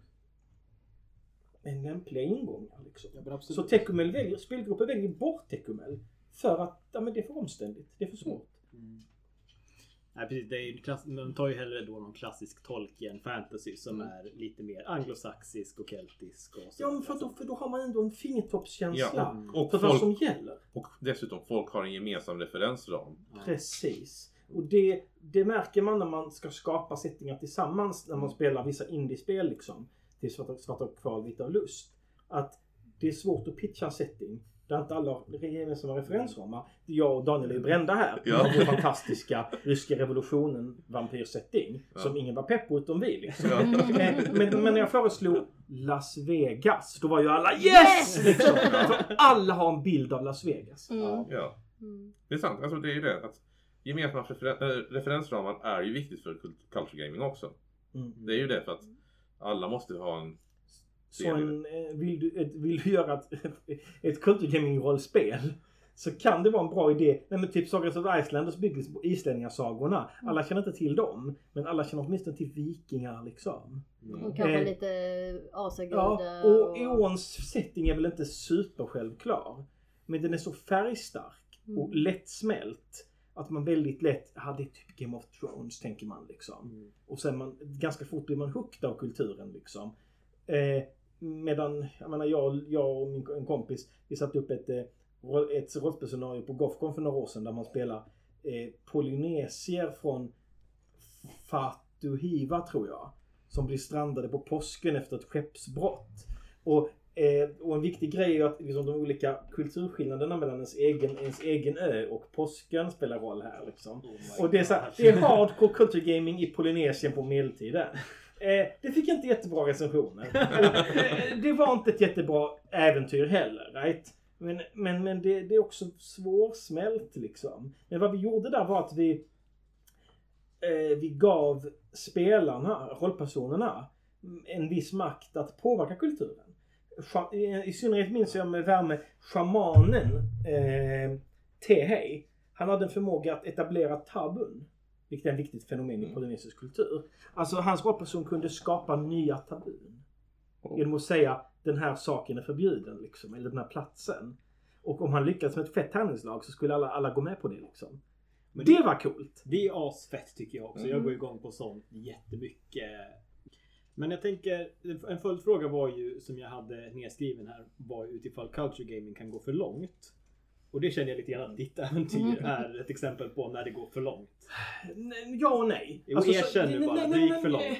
en lämpliga ingångar. Liksom. Ja, men absolut. Så Tecumel väljer, spelgrupper väljer bort Tecumel för att ja, men det är för omständigt, det är för svårt. Mm. Nej, precis. Det är ju klass- man tar ju hellre då någon klassisk Tolkien fantasy som mm. är lite mer anglosaxisk och keltisk. Och så ja, men för då, för då har man ändå en fingertoppskänsla ja, och, och för folk, vad som gäller. Och dessutom, folk har en gemensam referensram. Ja. Precis. Och det, det märker man när man ska skapa settingar tillsammans när man mm. spelar vissa indiespel liksom. Till Svarta, svarta kval, vita och lust. Att det är svårt att pitcha en setting där inte alla gemensamma referensramar. Jag och Daniel är ju brända här. Ja. Av vår fantastiska ryska revolutionen vampyrsetting. Ja. Som ingen var pepp på utom vi liksom. Ja. men, men när jag föreslog Las Vegas, då var ju alla yes! Liksom. För alla har en bild av Las Vegas. Mm. Ja. ja. Det är sant. Alltså det är ju det. Att gemensamma refer- referensramar är ju viktigt för culture gaming också. Mm. Det är ju det för att alla måste ha en... Så en, vill, du, ett, vill du göra ett, ett culture gaming-rollspel så kan det vara en bra idé. Nej, men typ Sagas of Icelanders byggs på islänningasagorna. Alla känner inte till dem, men alla känner åtminstone till vikingar liksom. Mm. Och kanske eh, lite asagudar. Ja, och Eons setting är väl inte supersjälvklar. Men den är så färgstark mm. och lättsmält att man väldigt lätt, ja det är typ Game of Thrones tänker man liksom. Mm. Och sen man, ganska fort blir man hooked av kulturen liksom. Eh, medan, jag menar jag, jag och min en kompis, vi satte upp ett, ett rollspelscenario på Gothcon för några år sedan där man spelar eh, polynesier från Fatuhiva tror jag. Som blir strandade på påsken efter ett skeppsbrott. Och Eh, och en viktig grej är att liksom, de olika kulturskillnaderna mellan ens egen, ens egen ö och påsken spelar roll här liksom. Oh och det är, så här, det är hardcore culture gaming i Polynesien på medeltiden. Eh, det fick inte jättebra recensioner. eh, det var inte ett jättebra äventyr heller, right? Men, men, men det, det är också svårsmält liksom. Men vad vi gjorde där var att vi eh, vi gav spelarna, rollpersonerna en viss makt att påverka kulturen. I synnerhet minns jag med värme shamanen eh, Tehei. Han hade en förmåga att etablera tabun, vilket är ett viktigt fenomen i polynesisk kultur. Alltså hans rollperson kunde skapa nya tabun genom att säga den här saken är förbjuden liksom, eller den här platsen. Och om han lyckades med ett fett tärningslag så skulle alla, alla gå med på det liksom. Men det, det var coolt. Det är asfett tycker jag också. Mm. Jag går igång på sånt jättemycket. Men jag tänker, en följdfråga var ju, som jag hade nedskriven här, var utifall culture gaming kan gå för långt. Och det känner jag lite grann att ditt äventyr mm. är ett exempel på när det går för långt. Ja och nej. Jo, alltså, erkänn nu bara, det gick för långt.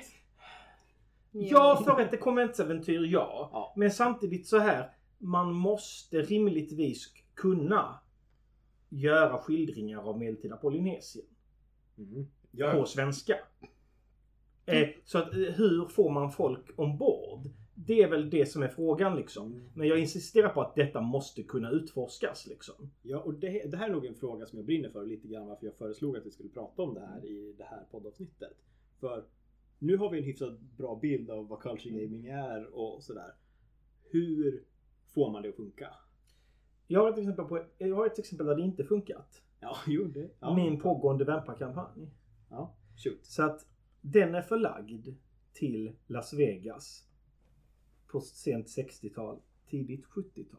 Ja, för ett konventsäventyr, ja. ja. Men samtidigt så här, man måste rimligtvis kunna göra skildringar av medeltida Polynesien. Mm. Ja. På svenska. Eh, så att, hur får man folk ombord? Det är väl det som är frågan liksom. Mm. Men jag insisterar på att detta måste kunna utforskas liksom. Ja, och det, det här är nog en fråga som jag brinner för lite grann, varför jag föreslog att vi skulle prata om det här i det här poddavsnittet. För nu har vi en hyfsat bra bild av vad culture gaming är och sådär. Hur får man det att funka? Jag har ett exempel, på, jag har ett exempel där det inte funkat. Ja, jo det. Ja. Min pågående Vampire-kampanj. Ja, shoot. Så att den är förlagd till Las Vegas på sent sextiotal, tidigt sjuttiotal.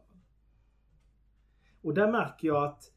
Och där märker jag att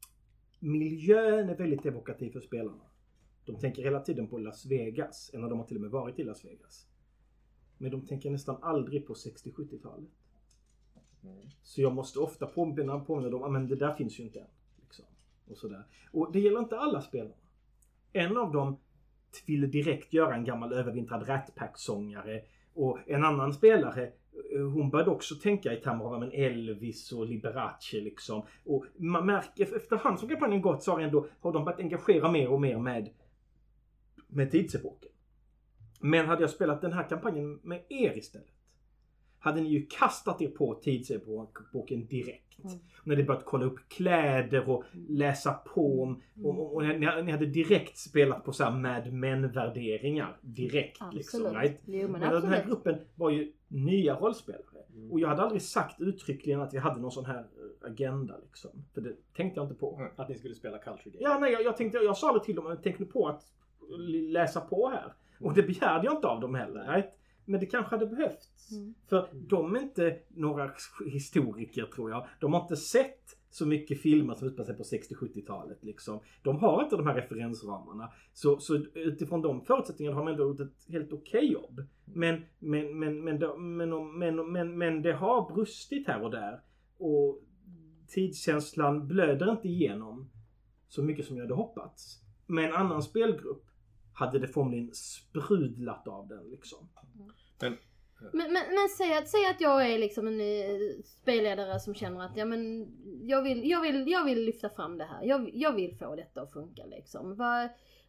miljön är väldigt evokativ för spelarna. De tänker hela tiden på Las Vegas, en av dem har till och med varit i Las Vegas. Men de tänker nästan aldrig på sextio-sjuttiotalet. Mm. Så jag måste ofta påminna, påminna dem, men det där finns ju inte än. Liksom. Och, sådär. Och det gäller inte alla spelarna. En av dem ville direkt göra en gammal övervintrad Rat Pack-sångare. Och en annan spelare, hon började också tänka i termer av en Elvis och Liberace liksom. Och man märker, efterhand som kampanjen gått så har, ändå, har de börjat engagera mer och mer med, med tidsepoken. Men hade jag spelat den här kampanjen med er istället, hade ni ju kastat er på tidsepoken direkt. Mm. När det börjat kolla upp kläder och läsa på om, mm. och, och, och ni, ni hade direkt spelat på så här Mad Men-värderingar direkt. Liksom, right? Jo, men men den här gruppen var ju nya rollspelare. Mm. Och jag hade aldrig sagt uttryckligen att vi hade någon sån här agenda liksom. För det tänkte jag inte på. Mm. Att ni skulle spela culture game. Ja, nej, jag, jag tänkte, jag sa det till dem, jag tänkte på att läsa på här. Och det begärde jag inte av dem heller, right? Men det kanske hade behövts. Mm. För de är inte några historiker tror jag. De har inte sett så mycket filmer som utspelar sig på sextio-sjuttiotalet liksom. De har inte de här referensramarna. Så, så utifrån de förutsättningarna har man ändå gjort ett helt okej jobb. Men, men, men, men, men, men, men, men det har brustit här och där. Och tidskänslan blöder inte igenom så mycket som jag hade hoppats. Med en annan spelgrupp hade det formligen sprudlat av den liksom. Men Men, men, men säg, att, säg att jag är liksom en uh, spelledare som känner att ja, men jag, vill, jag, vill, jag vill lyfta fram det här. Jag, jag vill få detta att funka liksom. Va,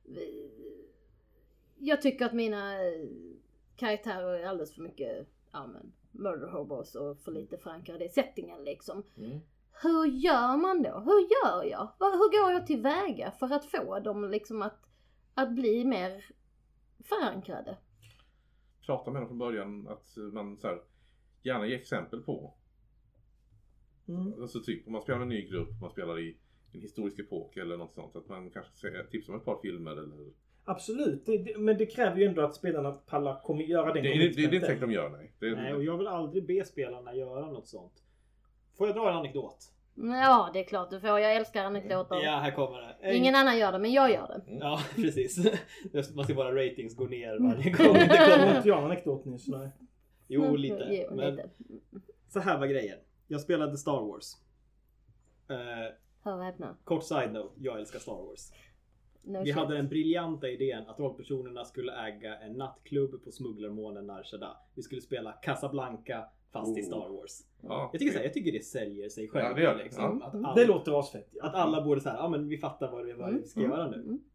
jag tycker att mina karaktärer är alldeles för mycket ja, men, murder hobos och för lite förankrade i settingen liksom. Mm. Hur gör man då? Hur gör jag? Hur går jag tillväga för att få dem liksom att, att bli mer förankrade? Prata med dem från början att man så här, gärna ger exempel på. Mm. Alltså typ om man spelar med en ny grupp, man spelar i en historisk epok eller något sånt. Att man kanske säger tips om ett par filmer eller... Absolut, det, det, men det kräver ju ändå att spelarna pallar kommer göra den. Det, det, det, det är inte säkert de gör, nej. Det är, nej, och jag vill aldrig be spelarna göra något sånt. Får jag dra en anekdot? Ja, det är klart du får. Jag älskar anekdoter. Ja, här kommer det. Ingen annan gör det, men jag gör det. Mm. Ja, precis. Man ser bara ratings gå ner varje gång. Det kommer inte jag en anekdot nyss, nej. Jo, lite. Jo, men lite. Så här var grejen. Jag spelade Star Wars. Uh, Hör häpna. Kort side note, jag älskar Star Wars. No Vi shit. hade den briljanta idén att rollpersonerna skulle äga en nattklubb på smugglarmånen Nar Shaddaa. Vi skulle spela Casablanca fast oh. i Star Wars. Ja, jag, tycker så här, jag tycker det säljer sig själv. Ja, det, gör det. Liksom. Ja. Att alla, det låter asfett. Ja. Att alla borde säga, ja men vi fattar vad, det, vad mm. vi ska mm. göra nu. Mm.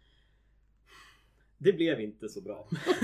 Det blev inte så bra.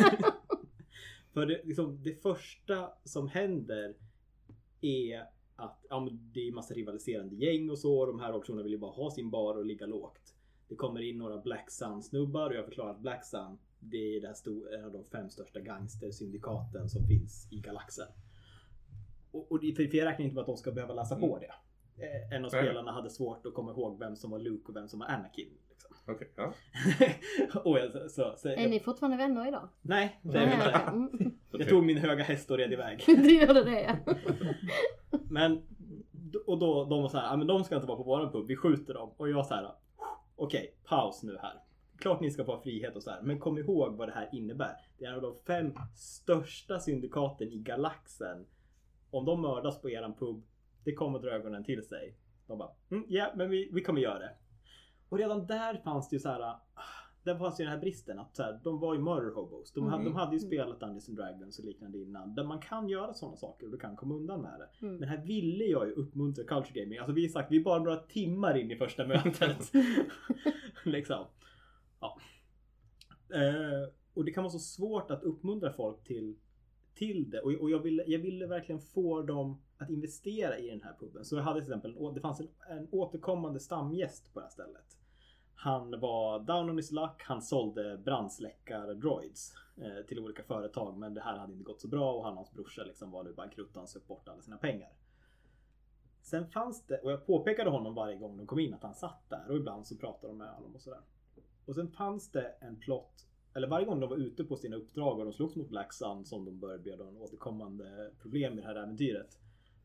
För det, liksom, det första som händer är att ja, men det är massa rivaliserande gäng och så. Och de här rollpersonerna vill ju bara ha sin bar och ligga lågt. Det kommer in några Black Sun-snubbar och jag förklarar att Black Sun, det är det stor, en av de fem största gangstersyndikaten som finns i galaxen. Och, och för jag räknar inte med att de ska behöva läsa på det. Eh, en av spelarna hade svårt att komma ihåg vem som var Luke och vem som var Anakin. Liksom. Okej, okay, ja. och jag, så, så, så, är jag, ni fortfarande vänner idag? Nej, det är inte. Mm. Jag tog min höga häst och red iväg. Du gjorde det, ja. Men, och då, de var så här, men de ska inte vara på våran pub, vi skjuter dem. Och jag så här, okej, okay, paus nu här. Klart ni ska få frihet och så här, men kom ihåg vad det här innebär. Det är en av de fem största syndikaten i galaxen. Om de mördas på eran pub, det kommer dra ögonen till sig. De bara, ja, mm, yeah, men vi, vi kommer göra det. Och redan där fanns det ju så här, där fanns ju den här bristen att så här, de var ju murder hobos. De, mm. hade, de hade ju spelat Dungeons and Dragons och liknande innan. Där man kan göra sådana saker och du kan komma undan med det. Mm. Men här ville jag ju uppmuntra culture gaming. Alltså vi har sagt, vi är bara några timmar in i första mötet. liksom. Ja. Eh, och det kan vara så svårt att uppmuntra folk till, till det. Och, och jag, ville, jag ville verkligen få dem att investera i den här puben. Så jag hade till exempel, det fanns en, en återkommande stamgäst på det här stället. Han var down on his luck. Han sålde brandsläckar-droids eh, till olika företag. Men det här hade inte gått så bra. Och han och hans brorsa liksom var nu bankrutt och han sökt bort alla sina pengar. Sen fanns det, och jag påpekade honom varje gång de kom in att han satt där. Och ibland så pratade de med honom och sådär. Och sen fanns det en plott, eller varje gång de var ute på sina uppdrag och de slogs mot Black Sun som de började en återkommande problem i det här äventyret.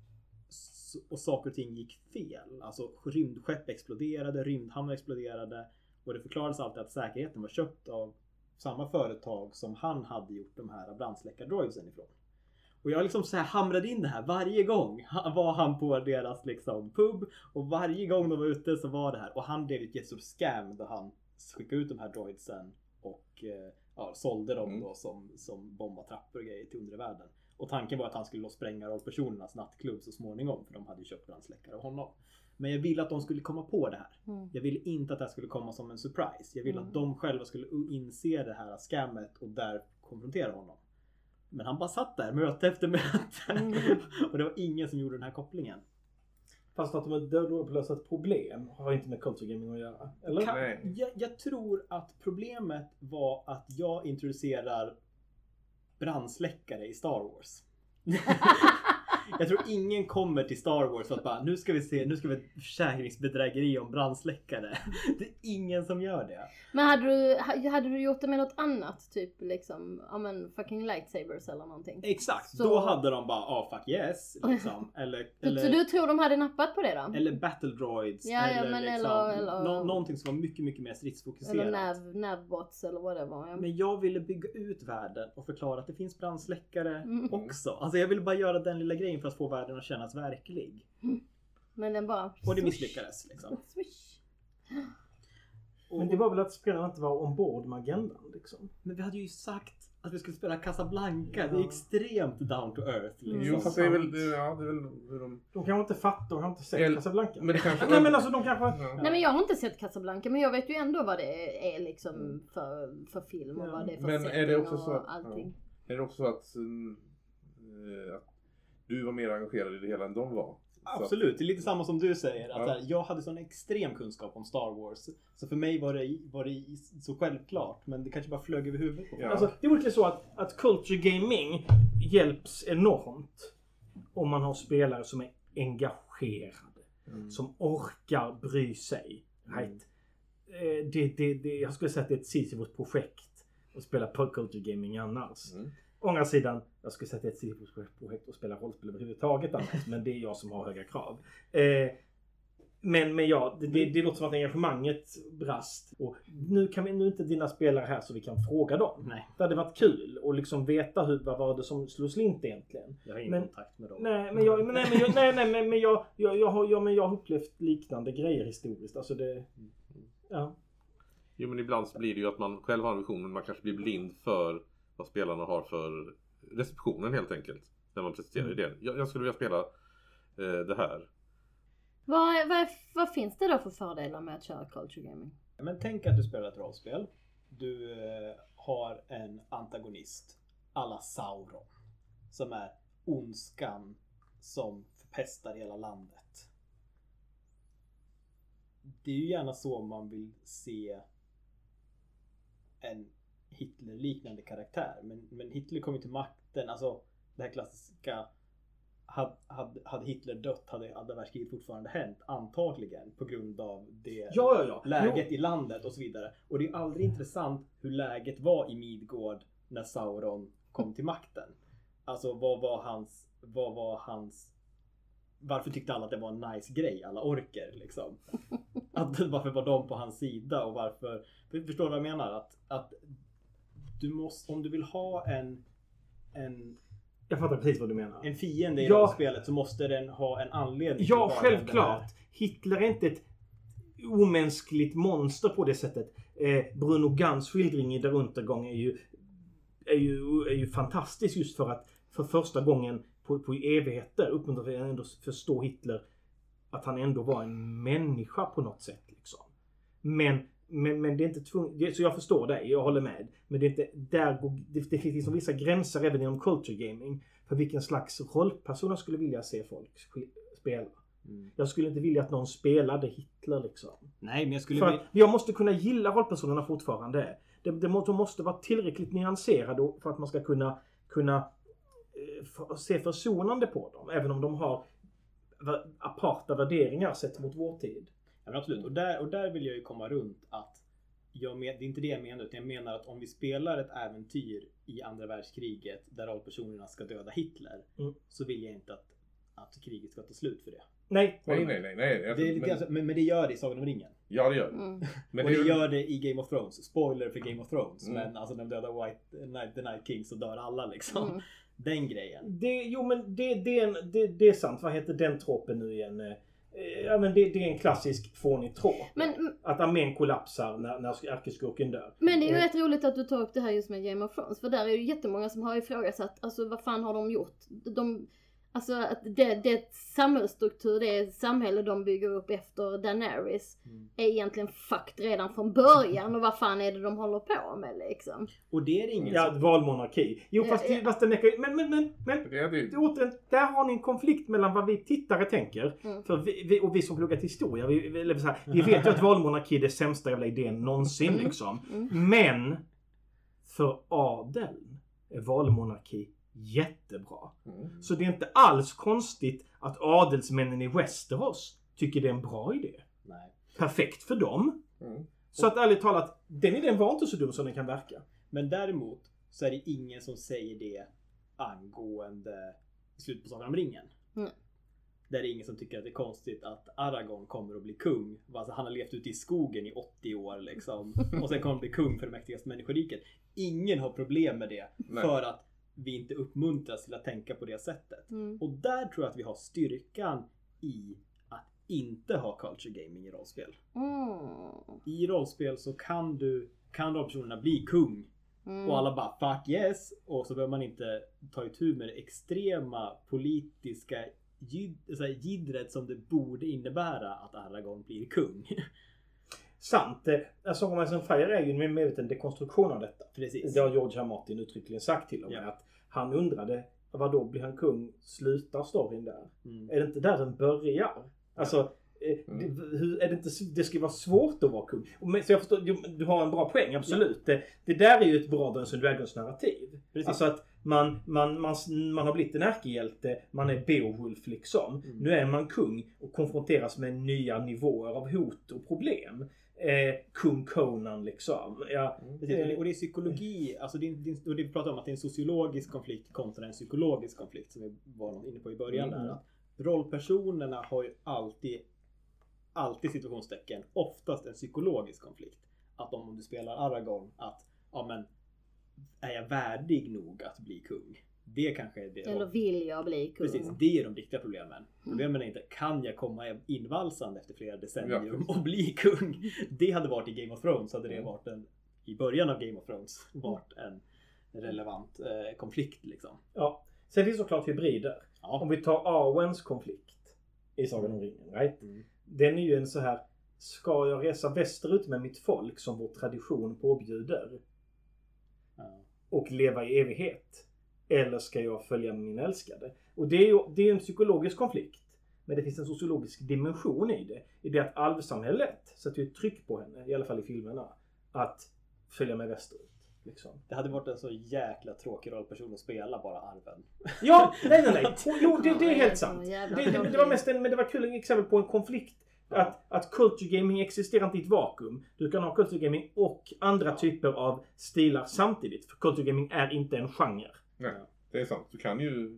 Och saker och ting gick fel. Alltså rymdskepp exploderade, rymdhamnar exploderade. Och det förklarades alltid att säkerheten var köpt av samma företag som han hade gjort de här brandsläckardroidsen ifrån. Och jag liksom så här hamrade in det här varje gång. Var han på deras liksom pub. Och varje gång de var ute så var det här. Och han blev ett jättestort scam då han skickade ut de här droidsen. Och ja, sålde dem då som, som bombatrappor och grejer till undre världen. Och tanken var att han skulle då spränga rollpersonernas nattklubb så småningom. För de hade ju köpt brandsläckare av honom. Men jag ville att de skulle komma på det här. Mm. Jag ville inte att det här skulle komma som en surprise. Jag ville mm. att de själva skulle inse det här scammet och där konfrontera honom. Men han bara satt där möte efter möte. Mm. Och det var ingen som gjorde den här kopplingen. Fast att de är döda på lösa ett problem har inte med culture gaming att göra. Eller? Kan, jag, jag tror att problemet var att jag introducerar brandsläckare i Star Wars. jag tror ingen kommer till Star Wars för att bara, nu ska vi se, nu ska vi försäkringsbedrägeri om brandsläckare. Det är ingen som gör det. Men hade du, hade du gjort det med något annat? Typ liksom, ja men fucking lightsabers eller någonting? Exakt, Så... då hade de bara, ah oh, fuck yes, liksom. Eller, eller... Så du tror de hade nappat på det då? Eller battle droids. Ja, ja, eller, men liksom, eller, eller, nå- någonting som var mycket, mycket mer stridsfokuserat. eller nav, navbots eller vad det var. Ja. Men jag ville bygga ut världen och förklara att det finns brandsläckare Mm. också. Alltså jag ville bara göra den lilla grejen för att få världen att kännas verklig. Men den bara... Och det misslyckades liksom. Swish. Men det var väl att spelarna inte var ombord med agendan liksom. Men vi hade ju sagt att vi skulle spela Casablanca. Ja. Det är extremt down to earth. Liksom. Jo, fast det är väl, det, ja, det är väl hur de... De kanske inte fattar, de har inte sett Eller- Casablanca. Men det kanske... Nej men alltså de kanske... Ja. Nej men jag har inte sett Casablanca, men jag vet ju ändå vad det är liksom för, för film och Ja. vad det är för Men är setting det också och så att- allting. Är det också så att, mm, eh, att du var mer engagerad i det hela än de var? Så Absolut, det är lite samma som du säger. Att Ja. så här, jag hade sån extrem kunskap om Star Wars. Så för mig var det, var det så självklart. Men det kanske bara flög över huvudet på Ja. Alltså, det är verkligen så att, att culture gaming hjälps enormt om man har spelare som är engagerade. Mm. Som orkar bry sig. Right? Eh, Det, det, det, jag skulle säga att det är ett Sisyfos-projekt att spela culture gaming annars. Mm. Å andra sidan, jag skulle säga att det är ett Sisyfos-projekt att spela rollspel överhuvudtaget annars. Men det är jag som har höga krav. Eh, Men, men ja, det, det, det låter som att engagemanget brast. Och nu kan vi nu inte dina spelare här så vi kan fråga dem. Nej, Det hade varit kul och liksom veta hur, vad var det som slog slint egentligen. jag har ingen Men- kontakt med dem. Nej, men jag, men nej, men jag, nej, nej, men, men jag, jag, jag, har, jag, men jag har upplevt liknande grejer historiskt. Alltså det, ja. Jo, men ibland så blir det ju att man själv har en vision, men man kanske blir blind för vad spelarna har för receptionen helt enkelt. När man presenterar Mm. idén. Jag, jag skulle vilja spela eh, det här. Vad, vad, vad finns det då för fördelar med att köra culture gaming? Men tänk att du spelar ett rollspel. Du eh, har en antagonist, alla Sauron, som är ondskan som förpestar hela landet. Det är ju gärna så man vill se en Hitler-liknande karaktär. Men, men Hitler kom ju till makten, alltså det här klassiska, hade, hade, hade Hitler dött hade andra världskriget fortfarande hänt, antagligen på grund av det Ja, ja, ja. läget Jo. i landet och så vidare. Och det är aldrig intressant hur läget var i Midgård när Sauron kom till makten. Alltså vad var hans, vad var hans, varför tyckte alla att det var en nice grej, alla orker liksom? Att, varför var de på hans sida och varför, förstår du vad jag menar? Att, att du måste, om du vill ha en, en, Jag fattar precis vad du menar. en fiende i Ja. rollspelet så måste den ha en anledning. Ja, till varför den självklart. Hitler är inte ett omänskligt monster på det sättet. Eh, Bruno Gans skildring i Der Untergång är ju, är, ju, är ju fantastisk just för att för första gången på, på evigheter uppmuntrar vi ändå förstå Hitler att han ändå var en människa på något sätt liksom. Men Men, men det är inte tvunget, så jag förstår dig, jag håller med. Men det är inte, där går, det, det finns liksom vissa gränser även inom culture gaming. För vilken slags rollperson jag skulle vilja se folk spela. Mm. Jag skulle inte vilja att någon spelade Hitler liksom. Nej, men jag skulle För vilja... att jag måste kunna gilla rollpersonerna fortfarande. Det, det må, de måste vara tillräckligt nyanserade för att man ska kunna, kunna eh, för, se försonande på dem. Även om de har v- aparta värderingar sett mot vår tid. Ja, men absolut. Och där, och där vill jag ju komma runt att jag men, det är inte det jag menar, utan jag menar att om vi spelar ett äventyr i andra världskriget där rollpersonerna ska döda Hitler, Mm. så vill jag inte att, att kriget ska ta slut för det. Nej, Nej, nej, nej. nej. Jag, Det är lite, men, alltså, men, men det gör det i Sagan om ringen. ja, det gör det. Mm. Men och det, det är- gör det i Game of Thrones. Spoiler för Game of Thrones. Mm. Men alltså när de dödar White, Night, The Night King så dör alla liksom. Mm. Den grejen. Det, jo men det, det, är en, det, det är sant. Vad heter den tropen nu igen? Eh, Ja men det, det är en klassisk fånig trop. Men, Att armén kollapsar när, när ärkeskurken dör. men det är ju Eh, rätt roligt att du tar upp det här just med Game of Thrones. För där är ju jättemånga som har ifrågasatt, alltså vad fan har de gjort? De, alltså att det, det samhällsstruktur, det samhälle de bygger upp efter Daenerys Mm. är egentligen fucked redan från början. Och vad fan är det de håller på med liksom? Och det är det ingen Ja, som... valmonarki. Jo fast, Ja, ja. fast den är, men, men, men, men det är det. det- återigen, där har ni en konflikt mellan vad vi tittare tänker. Mm. För vi, vi, och vi som pluggat historia, vi, vi, eller så här, vi vet ju att valmonarki är det sämsta jävla idén någonsin Mm. liksom. Mm. Men för adeln är valmonarki jättebra. Mm. Så det är inte alls konstigt att adelsmännen i Westeros tycker det är en bra idé. Nej. Perfekt för dem. Mm. Så att ärligt talat, den idén var inte så dum som den kan verka. Men däremot så är det ingen som säger det angående slut på Sagan om ringen. Mm. Där är det ingen som tycker att det är konstigt att Aragorn kommer att bli kung. Alltså, han har levt ute i skogen i åttio år liksom. Och sen kommer han bli kung för det mäktigaste människoriket. Ingen har problem med det. Nej. För att vi inte uppmuntras till att tänka på det sättet. Mm. Och där tror jag att vi har styrkan i att inte ha culture gaming i rollspel. Mm. I rollspel så kan du kan rollpersonerna bli kung. Mm. Och alla bara fuck yes. Och så behöver man inte ta itu med det extrema politiska jid, så här, jidret som det borde innebära att Aragorn blir kung. Sant. Eh, Song of Ice and Fire är ju en medveten dekonstruktion av detta. Precis. Det har George R. Martin uttryckligen sagt till och med. Ja. Att han undrade, vad då blir han kung? Slutar storyn där? Mm. Är det inte där den börjar? Alltså, eh, Mm. det, hur, är det inte, det ska vara svårt att vara kung. Och men, så jag förstår, du, du har en bra poäng, absolut. Det, det där är ju ett bra Dungeons and Dragons narrativ. Precis. Alltså att man, man, man, man har blivit en ärkehjälte, man är Beowulf liksom. Mm. Nu är man kung och konfronteras med nya nivåer av hot och problem. Eh, kung Conan liksom. Ja, Precis, och, det, och det är psykologi, alltså det, är- det, är- och det vi pratar om att det är en sociologisk konflikt kontra en psykologisk konflikt som vi var inne på i början Mm. där. Att rollpersonerna har ju alltid, alltid situationstecken, oftast en psykologisk konflikt. Att om du spelar Aragorn, att ja men, är jag värdig nog att bli kung? Det kanske är det. Eller vill jag bli kung? Precis, det är de riktiga problemen. Problemen är inte, kan jag komma invalsande efter flera decennium Ja. och bli kung? Det hade varit i Game of Thrones, hade det Mm. varit en, i början av Game of Thrones, varit en relevant eh, konflikt liksom. ja. Sen finns såklart hybrider. Ja. Om vi tar Arwens konflikt i Sagan om ringen, right? Mm. Den är ju en så här, ska jag resa västerut med mitt folk som vår tradition påbjuder Ja. och leva i evighet? Eller ska jag följa min älskade? Och det är ju det är en psykologisk konflikt. Men det finns en sociologisk dimension i det. I det att alvsamhället sätter ju ett tryck på henne, i alla fall i filmerna, att följa med västerut. Liksom. Det hade varit en så jäkla tråkig rollperson att spela, bara arven. Ja, nej nej nej. Och, jo, det, det är helt Ja, sant. jävla Det, det, det var mest en, men det var kul exempel på en konflikt. Att, att culture gaming existerar inte i ett vakuum. Du kan ha culture gaming och andra typer av stilar samtidigt. För culture gaming är inte en genre. Nej, det är sant. Du kan ju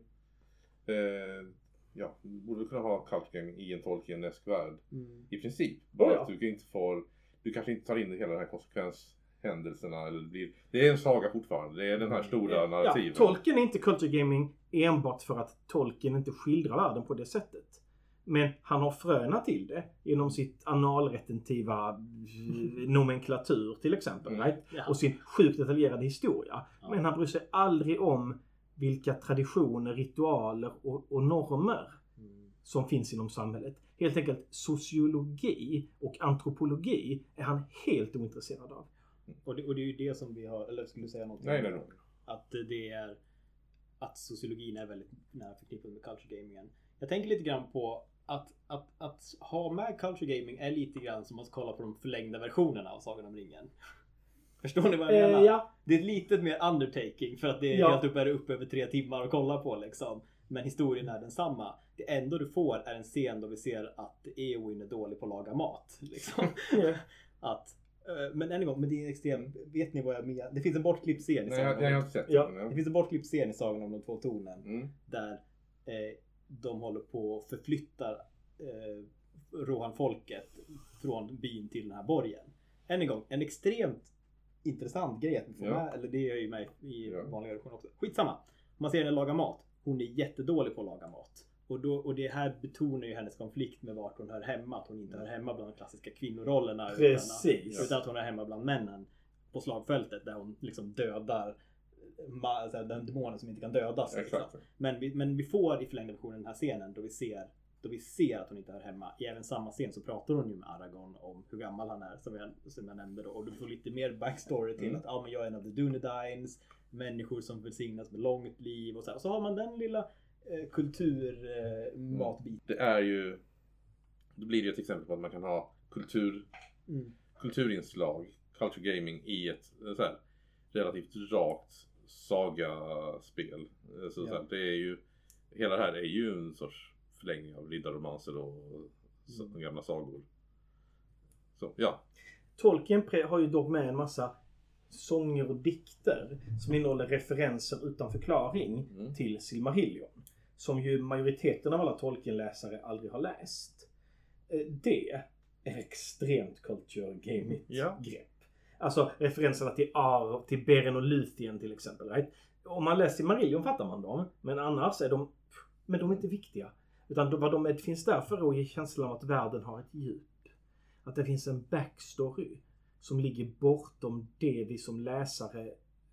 eh, ja, du borde kunna ha culture gaming i en Tolkien-esk värld. Mm. I princip. Bara Oh ja. att du inte får, du kanske inte tar in hela de här konsekvenshändelserna. Eller det, blir, det är en saga fortfarande. Det är den här stora Ja, narrativen. Tolkien är inte culture gaming enbart för att Tolkien inte skildrar världen på det sättet. Men han har fröna till det genom sitt analretentiva eh, nomenklatur till exempel. Mm. Right? Ja. Och sin sjukt detaljerade historia. Ja. Men han bryr sig aldrig om vilka traditioner, ritualer och, och normer Mm. som finns inom samhället. Helt enkelt sociologi och antropologi är han helt ointresserad av. Och, det, och det är ju det som vi har, eller skulle du säga någonting? Nej, nej, nej. Att det är att sociologin är väldigt nära förknippad med culture gamingen. Jag tänker lite grann på att, att, att ha med culture gaming är lite grann som att kolla på de förlängda versionerna av Sagan om ringen. Förstår ni vad jag menar? Eh, ja. Det är lite mer undertaking för att det är Ja. helt uppe, är upp över tre timmar att kolla på liksom. Men historien är densamma. Det enda du får är en scen då vi ser att Eowyn är dålig på att laga mat. Liksom. Ja. att, eh, men än en gång, men det är extremt, vet ni vad jag menar? Det finns en bortklippt scen i Nej, Sagan jag, om jag har inte sett Ja. den. Det finns en bortklippt scen i Sagan om de två tornen. Mm. Där eh, de håller på och förflyttar eh, Rohan-folket från byn till den här borgen. Än en gång, en extremt intressant grej att vi får Ja. med, eller det är ju med i Ja. vanliga versioner också. Skitsamma. Man ser henne laga mat. Hon är jättedålig på att laga mat. Och, då, och det här betonar ju hennes konflikt med vart hon hör hemma. Att hon inte hör hemma bland de klassiska kvinnorollerna. Precis. Utan, utan att hon hör hemma bland männen på slagfältet där hon liksom dödar ma- alltså den demonen som inte kan dödas. Liksom. Exakt. Men, vi, men vi får i förlängda versionen den här scenen då vi ser då vi ser att hon inte hör hemma. I även samma scen så pratar hon ju med Aragorn om hur gammal han är, som jag, som jag nämnde då. Och du får lite mer backstory till Mm. att ah, men jag är en av the Dunedains, människor som välsignas med långt liv och så här. Och så har man den lilla eh, kulturmatbiten. Det är ju, då blir det ett exempel på att man kan ha kultur, Mm. kulturinslag, culture gaming i ett så här, relativt rakt sagaspel. Så, Ja. så här, det är ju, hela det här är ju en sorts förlängning av riddarromanser och så, de gamla sagor. Så, ja. Tolkien har ju dock med en massa sånger och dikter som innehåller referenser utan förklaring Mm. till Silmarillion. Som ju majoriteten av alla Tolkien-läsare aldrig har läst. Eh, Det är extremt culture gamigt Ja. grepp. Alltså referenserna till Ar, till Beren och Luthien till exempel. Right? Om man läser Silmarillion fattar man dem. Men annars är de, men de är inte viktiga. Utan vad de är, finns där för att ge känslan av att världen har ett djup. Att det finns en backstory som ligger bortom det vi som läsare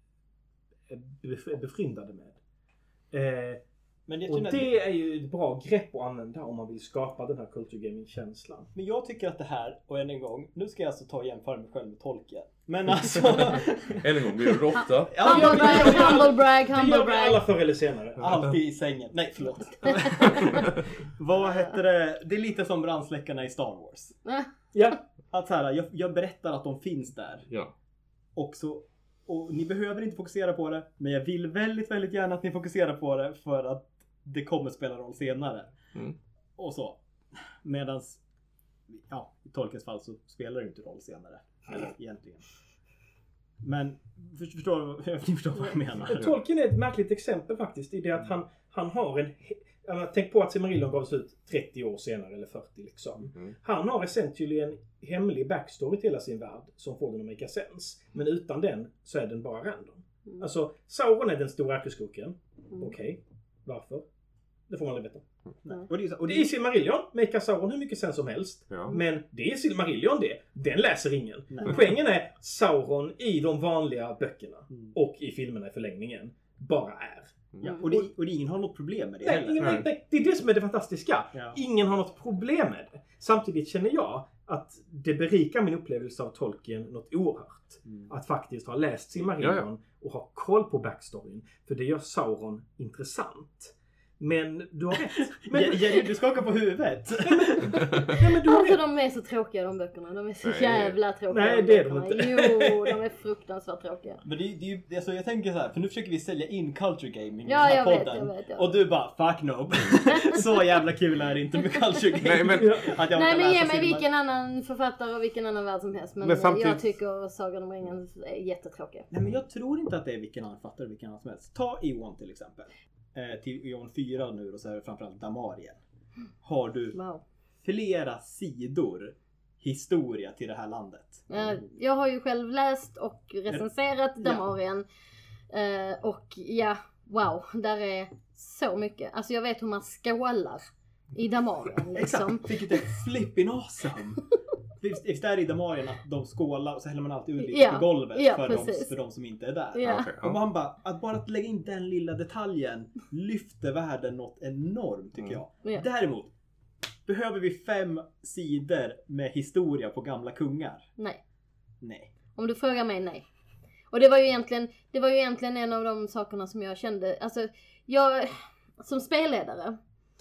är befryndade med. Eh, Men, jag och känner- det är ju ett bra grepp att använda om man vill skapa den här culture gaming-känslan. men jag tycker att det här, och än en gång, nu ska jag alltså ta och jämföra mig själv med Tolkien. Men alltså... Än en gång, vi gör det ofta. Ja, jag- Humble brag, humble brag, Det humble gör vi alla brag. förr eller senare. Alltid i sängen. Nej, förlåt. Vad heter det? Det är lite som brandsläckarna i Star Wars. Ja. Att så här, jag, jag berättar att de finns där. Ja. Och, så, och ni behöver inte fokusera på det. Men jag vill väldigt, väldigt gärna att ni fokuserar på det. För att det kommer spela roll senare. Mm. Och så. Medans, ja, i Tolkiens fall så spelar det inte roll senare. Eller egentligen. Men, för, förstår, ni förstår vad jag menar. Tolkien är ett märkligt exempel faktiskt i det att han, han har en... Jag menar, tänk på att Silmarillion gavs ut trettio år senare eller fyrtio liksom. Mm. Han har essentially en hemlig backstory till hela sin värld som får den att make sense. Men utan den så är den bara random. Mm. Alltså, Sauron är den stora ärkeskoken. Mm. Okej. Varför? Det får man aldrig veta. Nej. Och det är, så- och Och det det är Silmarillion. Makar Sauron hur mycket sen som helst. Ja. Men det är Silmarillion det. Den läser ingen. Nej. Poängen är Sauron i de vanliga böckerna. Mm. Och i filmerna i förlängningen. Bara är. Ja, och, det, och det, ingen har något problem med det Nej, heller. ingen, nej, nej, det är det som är det fantastiska. Ja. Ingen har något problem med det. Samtidigt känner jag att det berikar min upplevelse av Tolkien något oerhört. Mm. Att faktiskt ha läst Silmarillion Ja, ja. och ha koll på backstoryn. För det gör Sauron intressant. Men du har rätt. Men, Men, Jerry, du skakar på huvudet. nej, men du har Alltså rätt. de är så tråkiga de böckerna. De är så Nej. jävla tråkiga. Nej, de det är de böckerna. inte. Jo, de är fruktansvärt tråkiga. Men det, är- det är ju, alltså jag tänker så här, för nu försöker vi sälja in culture gaming i Ja, den här jag vet, podden. jag vet, jag vet. Och du bara, fuck no. Så jävla kul är det inte med culture gaming. Nej, men- Ja. Att jag Nej kan men ge läsa mig filmer. vilken annan författare och vilken annan värld som helst. Men, Men samtidigt- jag tycker Sagan om ringen är jättetråkiga. Nej men jag tror inte att det är vilken annan författare vilken annan som helst. Ta Eon till exempel. Eh, till Eon fyra nu och så är det framförallt Damarien. Har du Wow. flera sidor historia till det här landet. Eh, Jag har ju själv läst och recenserat Ja. Damarien. Eh, och ja, wow, där är så mycket. Alltså jag vet hur man skålar i Damarien liksom. Exakt, vilket är flipping awesome. Visst är det i Damarien att de skålar och så häller man alltid ut lite Ja, på golvet ja, för, de, precis. för de som inte är där. Ja. Okej, Och ja. man bara, att bara att lägga in den lilla detaljen lyfter världen något enormt tycker Mm. jag. Ja. Däremot behöver vi fem sidor med historia på gamla kungar. Nej. Nej. Om du frågar mig, nej. Och det var ju egentligen, det var ju egentligen en av de sakerna som jag kände, alltså jag, som spelledare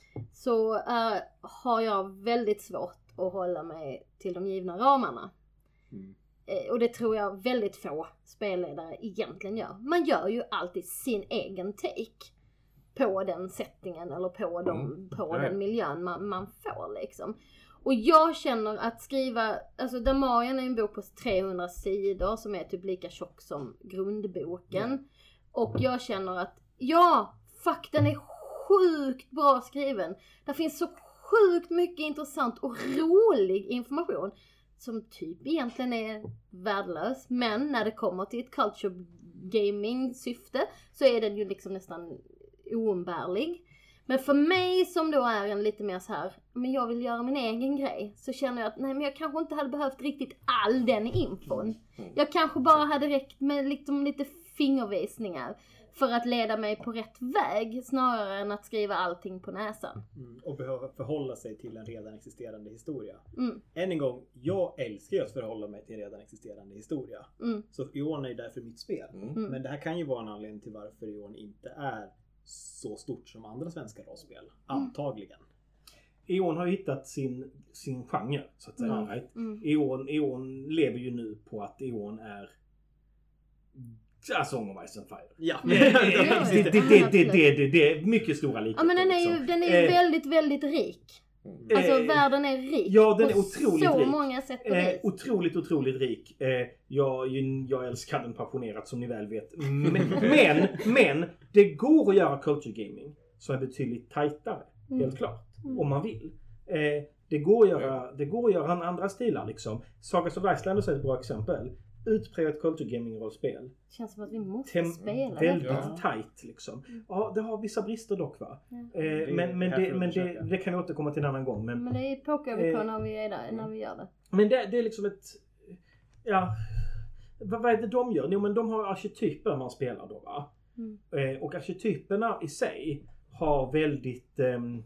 så äh, har jag väldigt svårt att hålla mig till de givna ramarna. Mm. Eh, Och det tror jag väldigt få spelledare egentligen gör. Man gör ju alltid sin egen take på den settingen eller på, de, Mm. på Ja, ja. den miljön man, man får liksom. Och jag känner att skriva, alltså Damarien är en bok på trehundra sidor som är typ lika tjock som grundboken. Och jag känner att, ja, fuck den är sjukt bra skriven. Det finns så sjukt mycket intressant och rolig information som typ egentligen är värdelös. Men när det kommer till ett culture gaming syfte så är den ju liksom nästan oumbärlig. Men för mig som då är en lite mer så här, men jag vill göra min egen grej, så känner jag att nej men jag kanske inte hade behövt riktigt all den infon. Jag kanske bara hade räckt med liksom lite fingervisningar för att leda mig på rätt väg snarare än att skriva allting på näsan. Mm. Och behöva förhålla sig till en redan existerande historia. Mm, Än en gång, jag älskar ju att förhålla mig till en redan existerande historia. mm, Så Eon är därför mitt spel. Mm. mm. Men det här kan ju vara en anledning till varför Eon inte är så stort som andra svenska rollspel. Antagligen. Eon har hittat sin, sin genre, så att säga. Mm. Right? Mm. Eon, Eon lever ju nu på att Eon är Ja, Song of Ice and Fire. Ja. Det, det, det, det, det, det, det är mycket stora likheter. Ja, men den är ju, liksom. den är ju eh, väldigt, väldigt rik. Alltså eh, världen är rik. Ja, den är på otroligt så rik. många sätt och Eh, vis. otroligt, otroligt rik. Eh, jag, jag älskar den passionerat som ni väl vet. Men, men, men det går att göra culture gaming som är betydligt tajtare. Mm. Helt klart. Mm. Om man vill. Eh, det, går att göra, det går att göra andra stilar liksom. Sagas of Iceland är ett bra exempel. Utpräglat culture gaming-rollspel. Känns som att vi måste Tem- spela väldigt detta. tajt liksom. Ja, det har vissa brister dock va. Ja. Eh, Det men men, är här det, för att men det, undersöka. det kan vi återkomma till en annan gång. Men, Men det pokar vi på Eh, när vi är där, när vi gör det. men det, det är liksom ett... Ja... Vad, vad är det de gör? Jo men de har arketyper man spelar då va. Mm. Eh, och arketyperna i sig har väldigt... ehm,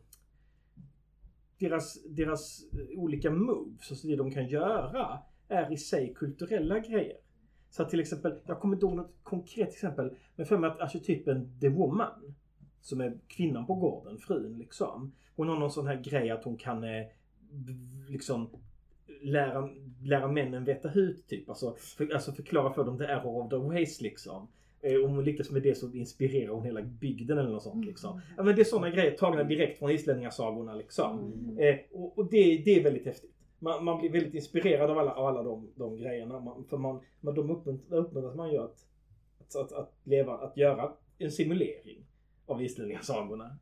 deras, deras olika moves, alltså det de kan göra, är i sig kulturella grejer. Så att till exempel, jag kommer inte ihåg något konkret exempel, men för mig att arketypen The Woman, som är kvinnan på gården, frun liksom. Hon har någon sån här grej att hon kan eh, b- liksom lära, lära männen veta hut typ. Alltså, för, alltså förklara för dem the error of the ways liksom. Eh, om hon lyckas med det så inspirerar hon hela bygden eller något sånt liksom. Ja, men det är såna grejer tagna direkt från islänningasagorna liksom. Mm. Eh, och och det, det är väldigt häftigt. Man, man blir väldigt inspirerad av alla, av alla de, de grejerna. Man, för man, man, de uppmuntras, uppmuntras man gör att, att, att, att, leva, att göra en simulering av islänningasagorna.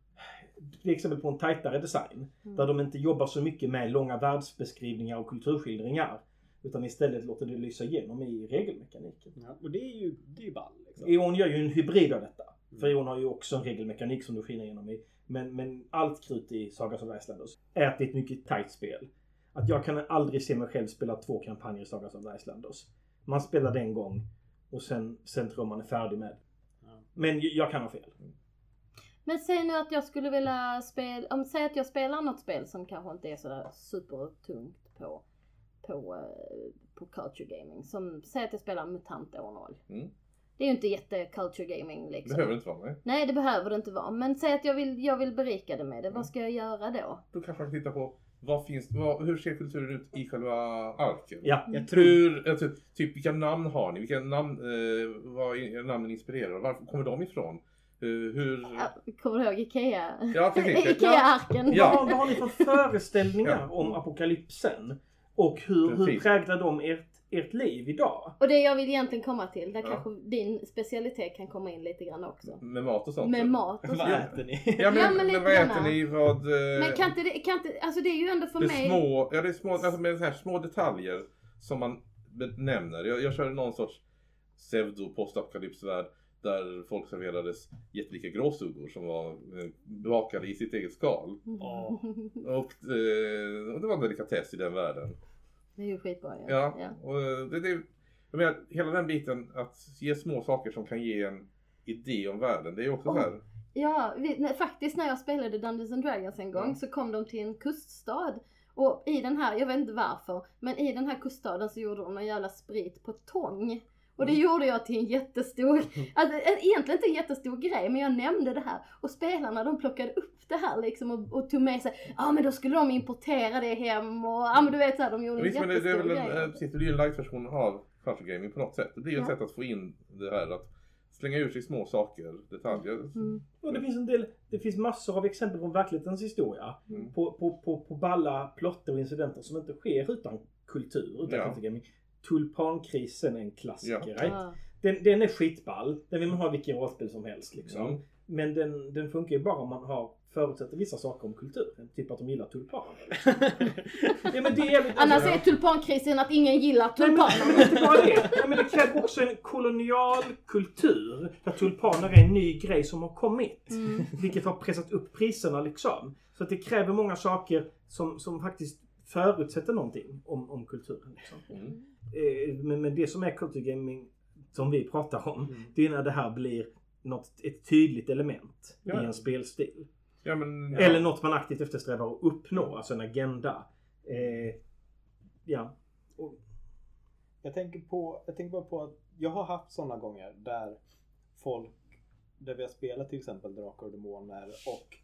Det är exempel på en tajtare design. Mm. Där de inte jobbar så mycket med långa världsbeskrivningar och kulturskildringar. Utan istället låter det lysa igenom i regelmekaniken. Ja, och det är ju, det är ju ball. Liksom. Eon gör ju en hybrid av detta. För Eon har ju också en regelmekanik som du skiner igenom i. Men, men allt krut i Sagas of Icelanders är att det är ett mycket tajt spel. Att jag kan aldrig se mig själv spela två kampanjer i Sagas of Icelanders. Man spelar det en gång och sen, sen tror man är färdig med. Ja. Men jag kan ha fel. Men säg nu att jag skulle vilja spela, om säg att jag spelar något spel som kanske inte är sådär supertungt på, på, eh, på culture gaming. Som, säg att jag spelar MUTANT år noll. Mm. Det är ju inte jätte culture gaming liksom. Det behöver det inte vara med. Nej, det behöver det inte vara. Men säg att jag vill, jag vill berika det med det. Vad ska jag göra då? Då kanske man kan titta på vad finns, vad, hur ser kulturen ut i själva arken? Ja. Jag tror... Hur, alltså, typ vilka namn har ni? Vilka namn, eh, vad är namnen inspirerade av? Varför kommer de ifrån? Uh, hur... Ja, kommer du ihåg Ikea? Ja, precis. Ikea-arken. Ja. Vad, vad har ni för föreställningar Ja. om apokalypsen? Och hur, hur Precis. präglar de ert, ert liv idag? Och det jag vill egentligen komma till, där Ja. kanske din specialitet kan komma in lite grann också. Med mat och sånt? Med mat och Vad sånt. äter ni? Ja, men, Ja, men men, lite vad äter grann. ni? Vad... Eh, Men kan inte det, kan inte, alltså det är ju ändå för det mig. är små, ja, det är små, alltså med så här små detaljer som man nämner. Jag, jag körde någon sorts pseudo-postapokalypsvärld där folk serverades jättelika gråsuggor som var eh, bakade i sitt eget skal. Ja. Och, eh, och det var en delikatess i den världen. Det är ju skitbra. Ja. Ja, Ja. och det, det, jag menar, hela den biten att ge små saker som kan ge en idé om världen, det är ju också Oh. så här. Ja, vi, nej, faktiskt när jag spelade Dungeons and Dragons en gång Mm. så kom de till en kuststad. Och i den här, jag vet inte varför, men i den här kuststaden så gjorde de en jävla sprit på tång. Och det Mm. gjorde jag till en jättestor, alltså egentligen inte en jättestor grej, men jag nämnde det här. Och spelarna de plockade upp det här liksom och, och tog med sig, ja ah, men då skulle de importera det hem och ja ah, men du vet så här, de gjorde en Visst, men det, det är jättestor väl en, grej. eh, precis, det blir ju en light-version av culture gaming på något sätt. Det blir ju ett Ja. sätt att få in det här att slänga ur sig små saker, detaljer. Mm. Och det finns en del, det finns massor av exempel från verklighetens historia. Mm. På, på, på, på balla plotter och incidenter som inte sker utan kultur, utan Ja. culture gaming. Tulpankrisen är en klassiker. Ja. Right? Ja. Den, den är skitball. Den vill man ha i vilken rollspel som helst liksom. Mm. Men den, den funkar ju bara om man har förutsätter vissa saker om kulturen. Typ att de gillar tulpaner. ja, men det är, alltså, Annars är tulpankrisen att ingen gillar Nej, men, tulpaner. inte bara det. Nej, men det kräver också en kolonial kultur där tulpaner är en ny grej som har kommit. Mm. Vilket har pressat upp priserna liksom. Så att det kräver många saker som, som faktiskt förutsätter någonting om, om kulturen. Liksom. Mm. Eh, men, men det som är culture gaming som vi pratar om, Mm. det är när det här blir något, ett tydligt element Ja. i en spelstil. Ja, men, ja. Eller något man aktivt eftersträvar att uppnå, alltså en agenda. Eh, ja. Och, Jag tänker på, jag tänker bara på att jag har haft sådana gånger där folk, där vi har spelat till exempel Drakar och Demoner och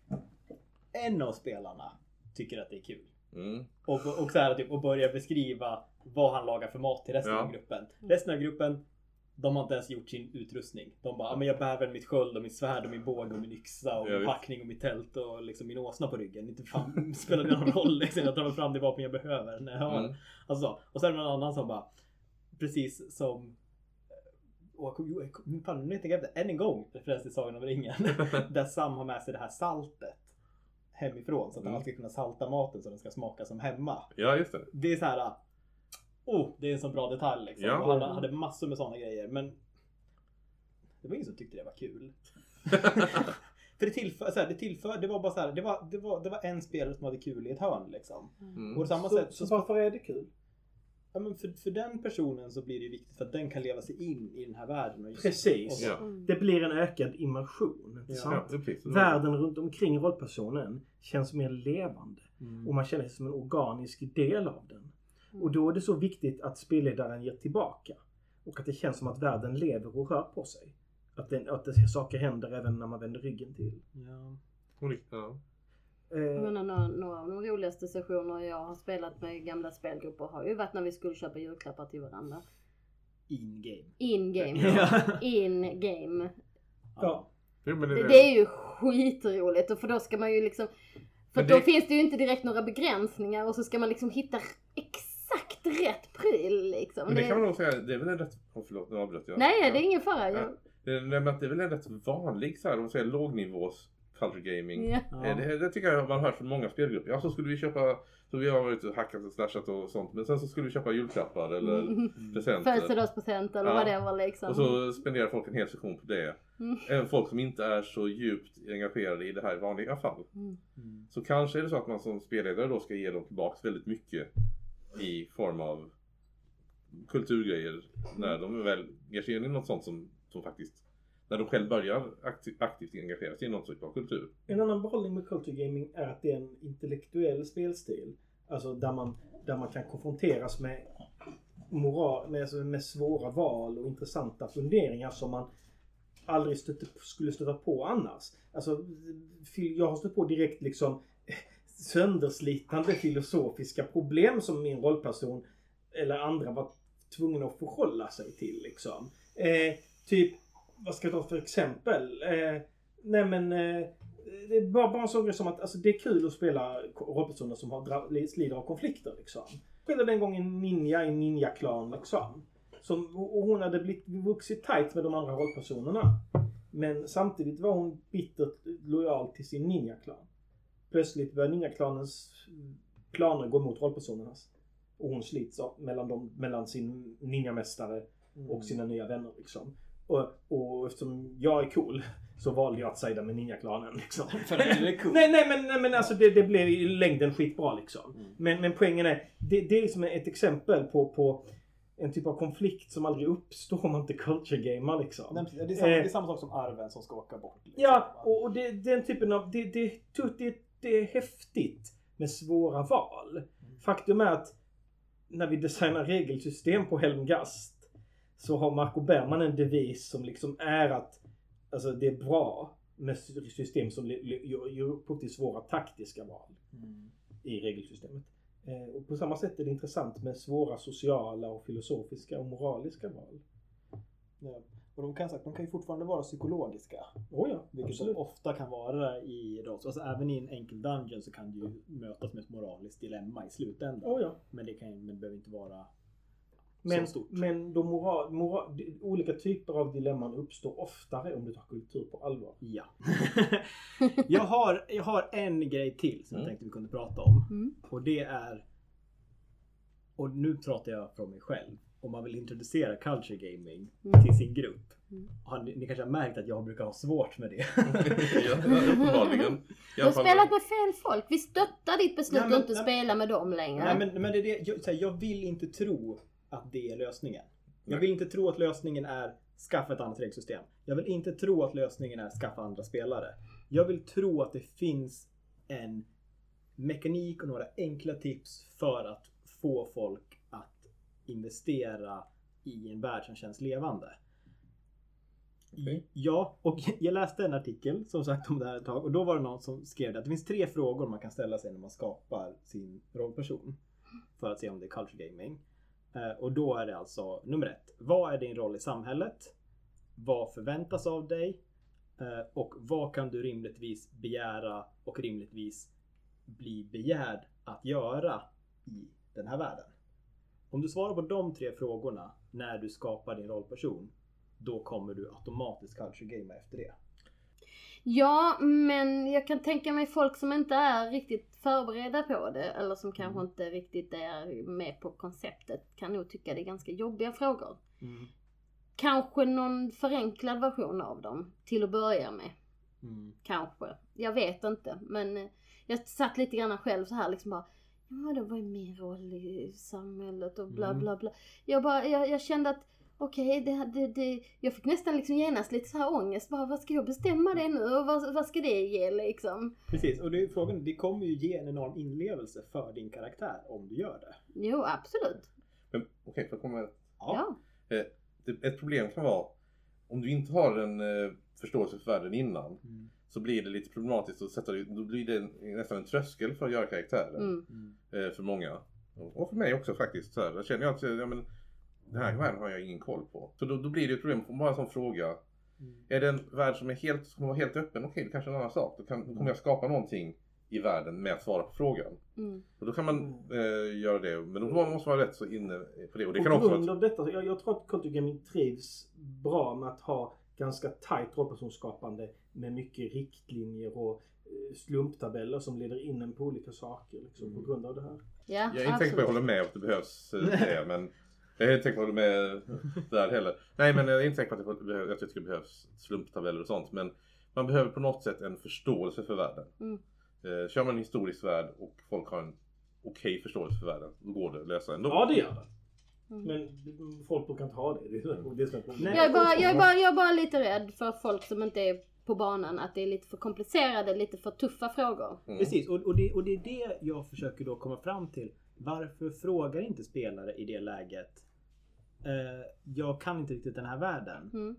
en av spelarna tycker att det är kul. Mm. Och, och, så här, typ, och börjar beskriva vad han lagar för mat till resten Ja. av gruppen. Resten av gruppen De har inte ens gjort sin utrustning. De bara, men jag bär väl mitt sköld och mitt svärd och min båge och min yxa och min packning och mitt tält och liksom min åsna på ryggen. Inte fan spelar det någon roll liksom. Jag tar väl fram det vapen jag behöver när jag har mm. alltså, och sen är det någon annan som bara, precis som och min panna nu tänker jag än en gång referens till Sagan om ringen. Där Sam har med sig det här saltet hemifrån så att mm. han alltid ska kunna salta maten så den ska smaka som hemma. Ja, just det. Det är så här. Oh, det är en så bra detalj liksom. Ja. Och han hade massor med sådana grejer. Men det var ingen som tyckte det var kul. För det tillför, så här, det tillför, det var bara så här, det var, det var, det var en spelare som hade kul i ett hörn liksom. Mm. Och på samma så, sätt, så, så varför är det kul? Ja, men för, för den personen så blir det ju viktigt för att den kan leva sig in i den här världen. Och just, precis. Och så, ja. Det blir en ökad immersion. Ja. Sant? Ja, precis. Världen runt omkring rollpersonen känns mer levande. Mm. Och man känner sig som en organisk del av den. Mm. Och då är det så viktigt att spelledaren ger tillbaka. Och att det känns som att världen lever och rör på sig. Att, den, att det, saker händer även när man vänder ryggen till. Ja. Ja. Jag menar, några, några av de roligaste sessioner jag har spelat med gamla spelgrupper har ju varit när vi skulle köpa julklappar till varandra. In-game. In-game. Ja. In-game. Ja. Jo, men det, Det, det är ju skitroligt. Och för då ska man ju liksom... För Men då det- finns det ju inte direkt några begränsningar. Och så ska man liksom hitta exakt rätt pryl liksom. men det Det- kan man nog säga, det är väl en rätt... Oh, förlåt, nu avbröt jag. Nej, det är ingen fara. Ja. Jag... Det, nej, men det är väl en rätt vanlig, så här, om man säger lågnivås culture gaming. Ja. Eh, Det, det tycker jag man hör från många spelgrupper. Ja, så skulle vi köpa, så vi har varit och hackat och slashat och sånt. Men sen så skulle vi köpa julklappar eller Mm. presenter. Födelsedagspresent eller Ja. vad det var liksom. Och så spenderar folk en hel session på det. Mm. Även folk som inte är så djupt engagerade i det här i vanliga fall. Mm. Mm. Så kanske är det så att man som spelledare då ska ge dem tillbaks väldigt mycket i form av kulturgrejer. När de väl ger sig in i något sånt som, som faktiskt, när de själv börjar aktivt, aktivt engagera sig i någon typ av kultur. En annan behållning med culture gaming är att det är en intellektuell spelstil. Alltså där man, där man kan konfronteras med, moral, med, alltså med svåra val och intressanta funderingar som man aldrig stötte, skulle stöta på annars. Alltså, jag har stött på direkt liksom sönderslitande filosofiska problem som min rollperson eller andra var tvungna att förhålla sig till liksom. Eh, typ, vad ska jag ta för exempel? Eh, nej men, eh, det är bara, bara en sån grej som att alltså, det är kul att spela rollpersoner som har dra- lider av konflikter liksom. Jag spelade en gång en ninja i Ninja-klan liksom. Som, och hon hade blivit vuxit tight med de andra rollpersonerna. Men samtidigt var hon bittert lojal till sin ninja-klan. Plötsligt började ninja-klanens planer gå mot rollpersonernas. Och hon slits mellan, dem, mellan sin ninjamästare och sina nya vänner liksom. Och, och eftersom jag är cool så valde jag att sida med ninja-klanen liksom. För att det är cool. nej, nej, men, nej men alltså det, det blev i längden skitbra liksom. Mm. Men, men poängen är, det, det är liksom ett exempel på, på en typ av konflikt som aldrig uppstår om man inte culture-gamar liksom. Nej, precis. det, är samma, det är samma sak som arven som ska åka bort. Liksom. Ja, och, och det, den typen av, det, det, det, det är häftigt med svåra val. Mm. Faktum är att när vi designar regelsystem på Helmgast så har Marco Bergman en devis som liksom är att alltså det är bra med system som gör upphov till svåra taktiska val Mm. i regelsystemet. Eh, och på samma sätt är det intressant med svåra sociala och filosofiska och moraliska val. Ja. Och de kan, sagt, de kan ju fortfarande vara psykologiska. Oh ja, Vilket absolut. de ofta kan vara i roll. Alltså även i en enkel dungeon så kan du ju mötas med ett moraliskt dilemma i slutändan. Oh ja. Men det, kan, men det behöver inte vara Men, så stort. men de moral, moral, de, olika typer av dilemman uppstår oftare om du tar kultur på allvar. Ja. jag, har, jag har en grej till som Mm. jag tänkte vi kunde prata om. Mm. Och det är, och nu pratar jag från mig själv, om man vill introducera culture gaming Mm. till sin grupp. Mm. Har ni, ni kanske har märkt att jag brukar ha svårt med det. Ja, uppenbarligen. I Du alla har fall- spelat med fel folk. Vi stöttar ditt beslut Nej, men- att inte nej, spela med dem längre. Nej, men, men det är det, jag, så här, jag vill inte tro att det är lösningen. Jag Nej. vill inte tro att lösningen är skaffa ett annat regelsystem. Jag vill inte tro att lösningen är skaffa andra spelare. Jag vill tro att det finns en mekanik och några enkla tips för att få folk att investera i en värld som känns levande. Okej. Ja, och jag läste en artikel som sagt om det här ett tag och då var det någon som skrev att det finns tre frågor man kan ställa sig när man skapar sin rollperson för att se om det är culture gaming. Eh, och då är det alltså nummer ett. Vad är din roll i samhället? Vad förväntas av dig? Eh, och vad kan du rimligtvis begära och rimligtvis bli begärd att göra i den här världen? Om du svarar på de tre frågorna när du skapar din rollperson, då kommer du automatiskt culture gamea efter det. Ja, men jag kan tänka mig folk som inte är riktigt förberedda på det, eller som kanske Mm. inte riktigt är med på konceptet, kan nog tycka det är ganska jobbiga frågor. Mm. Kanske någon förenklad version av dem till att börja med. Mm. Kanske. Jag vet inte. Men eh, jag satt lite grann själv så här liksom bara. Ja, det var ju min roll i samhället och bla bla bla. Jag, bara, jag, jag kände att okej, okay, det, det, det, jag fick nästan liksom genast lite så här ångest. Bara, vad ska jag bestämma det nu? Och vad, vad ska det ge liksom? Precis, och det är frågan, det kommer ju ge en enorm inlevelse för din karaktär om du gör det. Jo, absolut. Men okej, okay, för att komma... Ja. Ja. Eh, det, ett problem kan vara, om du inte har en eh, förståelse för världen innan, Mm. så blir det lite problematiskt att sätta det, då blir det en, nästan en tröskel för att göra karaktärer. Mm. Mm. Eh, för många. Och för mig också faktiskt. Så här, jag känner att ja, men, den här världen har jag ingen koll på. Så då, då blir det ett problem. Bara en sån fråga. Mm. Är det en värld som är helt, som var helt öppen? Okej, det kanske är en annan sak. Då, kan, då kommer jag skapa någonting i världen med att svara på frågan. Mm. Och då kan man eh, göra det. Men då måste man vara rätt så inne på det. Och det På kan också grund vara... av detta, jag, jag tror att culture gaming trivs bra med att ha ganska tajt rollpersonsskapande med mycket riktlinjer och eh, slumptabeller som leder in en på olika saker liksom, Mm. på grund av det här. Ja, Jag är inte säker på att jag håller med att det behövs eh, det, men jag är inte säker på att jag håller med där heller. Nej, men jag är inte säker på att det behövs, jag tycker det behövs slumptabeller och sånt, men man behöver på något sätt en förståelse för världen. Mm. Eh, kör man en historisk värld och folk har en okej förståelse för världen, då går det att lösa ändå. Ja, det gör det. Mm. Men folk brukar inte ha det. Det är det som är problemet. Jag är, bara, jag, är bara, jag är bara lite rädd för folk som inte är på banan. Att det är lite för komplicerade, lite för tuffa frågor. Mm. Precis, och, och, det, och det är det jag försöker då komma fram till. Varför frågar inte spelare i det läget? Eh, jag kan inte riktigt den här världen. Mm.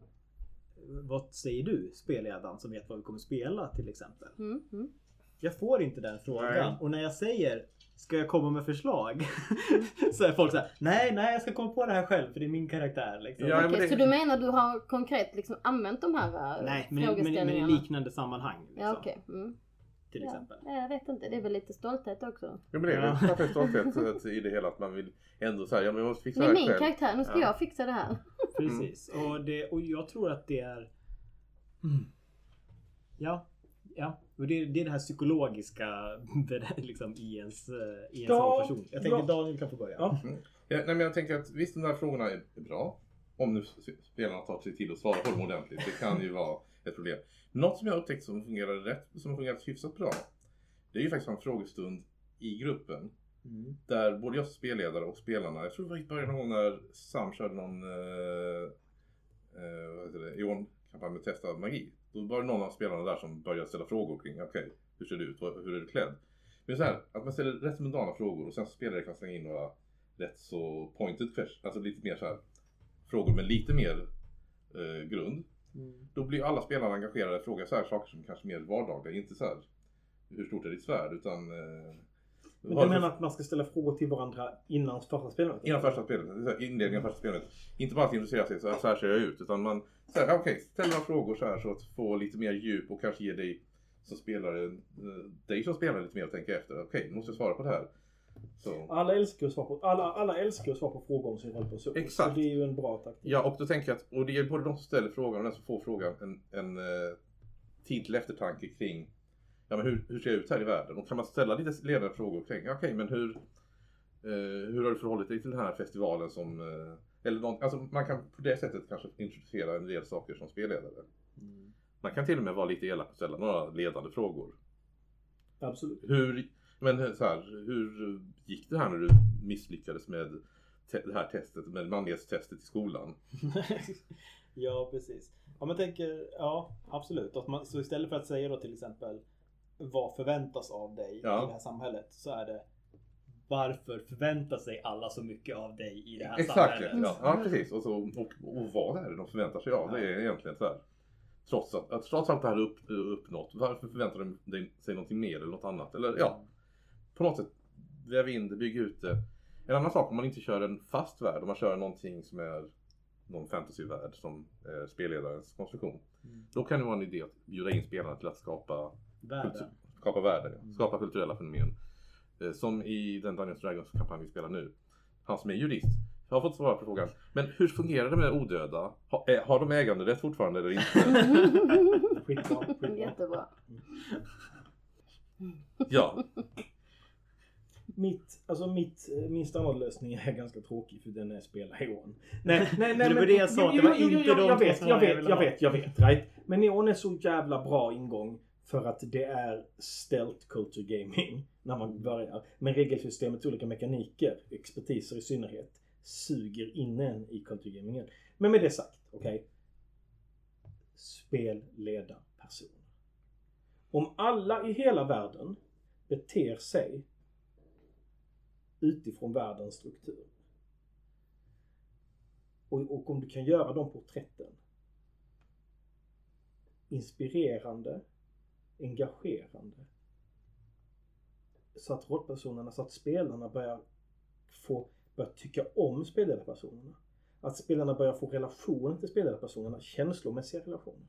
Vad säger du, spelledaren som vet vad vi kommer spela till exempel? Mm. Mm. Jag får inte den frågan. Nej. Och när jag säger, ska jag komma med förslag? Så är folk så här, nej, nej, jag ska komma på det här själv för det är min karaktär. Liksom. Ja, men Okej, det- så du menar du har konkret liksom använt de här äh, Nej, men, men, men i frågeställningarna? liknande sammanhang. Liksom, Ja, okej. Mm. Till Ja. exempel. Ja, jag vet inte, det är väl lite stolthet också. Ja, men det är Ja. väl klart en stolthet i det hela att man vill ändå säga, ja men jag måste fixa det Med här min själv. karaktär, nu ska Ja. jag fixa det här. Precis. Och, det, och jag tror att det är... Mm. Ja. Ja. Och det, det är det här psykologiska liksom, i ens, eh, i ens Ja, person. Jag tänker bra. Daniel kan få börja. Ja. Mm. Ja, nej, men jag tänker att visst, de där frågorna är bra. Om nu spelarna tar sig tid att svara på dem ordentligt. Det kan ju vara ett problem. Något som jag har upptäckt som fungerar rätt, som fungerar hyfsat bra. Det är ju faktiskt en frågestund i gruppen. Mm. Där både jag som spelledare och spelarna, jag tror det var i början någon gång när Sam körde någon eh, eh, vad heter det, Eon-kampanj med testa magi. Då var det någon av spelarna där som började ställa frågor kring, okej, okay, hur ser du ut, hur är du klädd? Men så här, att man ställer rätt mundana frågor och sen så spelare kan slänga in några rätt så pointed questions, alltså lite mer så här frågor med lite mer eh, grund. Mm. Då blir alla spelare engagerade och frågar så här saker som kanske är mer vardagliga, inte så här hur stort är ditt svärd, utan eh, Men du menar att man ska ställa frågor till varandra innan första spelet? innan första spelet, inledningen av första spelet. Inte bara att intressera sig så här, så här ser jag ut, utan man säger okej, okay, ställ några frågor så här så att få lite mer djup och kanske ge dig som spelare, eh, dig som spelare lite mer att tänka efter. Okej, okay, nu måste jag svara på det här. Så. Alla älskar att svara på, alla, alla älskar att svara på frågor om sin rollperson. Exakt. Så det är ju en bra taktik. Ja, och då tänker jag att, och det är både de som ställer frågan och den som får frågan, en, en eh, tid till eftertanke kring ja, men hur, hur ser jag ut här i världen? Och kan man ställa lite ledande frågor kring, okej, okay, men hur, eh, hur har du förhållit dig till den här festivalen som, eh, eller någon, alltså man kan på det sättet kanske introducera en del saker som spelledare. Mm. Man kan till och med vara lite elak och ställa några ledande frågor. Absolut. Hur, men så här, hur gick det här när du misslyckades med te- det här testet, med manlighetstestet i skolan? Ja, precis. Om man tänker, ja, absolut. Att man, så istället för att säga då till exempel vad förväntas av dig Ja. i det här samhället, så är det varför förväntar sig alla så mycket av dig i det här Exakt, samhället? ja. Ja, precis. Och, så, och, och vad är det de förväntar sig av? Det är egentligen så här. Trots att, att trots allt det här är upp, uppnått, varför förväntar de sig någonting mer eller något annat? Eller ja, på något sätt väv in det, bygga ut det. En annan sak om man inte kör en fast värld, om man kör någonting som är någon fantasyvärld som är spelledarens konstruktion. Mm. Då kan det vara en idé att bjuda in spelarna till att skapa världen. Kultur, skapa världen, ja. mm. skapa kulturella fenomen. Eh, som i den Dungeons and Dragons kampanj vi spelar nu. Han som är jurist. Jag har fått svara på frågan. Men hur fungerar det med odöda? Ha, eh, har de äganderätt fortfarande eller inte? Skitbra, skitbra. Jättebra. Ja. Mitt, alltså mitt, min standardlösning är ganska tråkig för den är spela Eon. Nej, nej, nej. Det var det jag sa, det var inte de jag vet, två jag jag vet, ville jag ha. vet, jag vet, right? Men Eon är så jävla bra ingång för att det är stealth culture gaming när man börjar. Men regelsystemets olika mekaniker, expertiser i synnerhet, suger in en i culture gamingen. Men med det sagt, okej. Okay. Spelledarpersoner. Om alla i hela världen beter sig utifrån världens struktur. Och, och om du kan göra de porträtten inspirerande, engagerande, så att rollpersonerna, så att spelarna börjar få börjar tycka om spelledarpersonerna. Att spelarna börjar få relationer till spelledarpersonerna, känslomässiga relationer.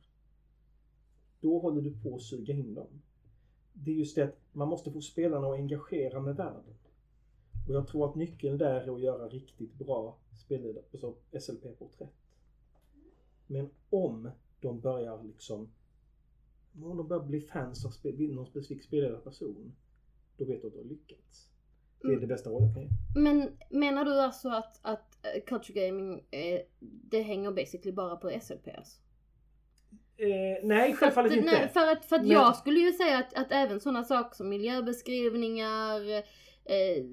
Då håller du på att suga in dem. Det är just det att man måste få spelarna att engagera med världen. Och jag tror att nyckeln där är att göra riktigt bra spelledare, alltså S L P-porträtt. Men om de börjar liksom, om de börjar bli fans av spe, någon specifik spelledarperson, då vet du att du har lyckats. Det är mm. det bästa råd jag kan ge. Men menar du alltså att, att culture gaming, eh, det hänger basically bara på S L Ps? Eh, nej, självfallet inte. Nej, för att, för att Men... jag skulle ju säga att, att även sådana saker som miljöbeskrivningar, eh,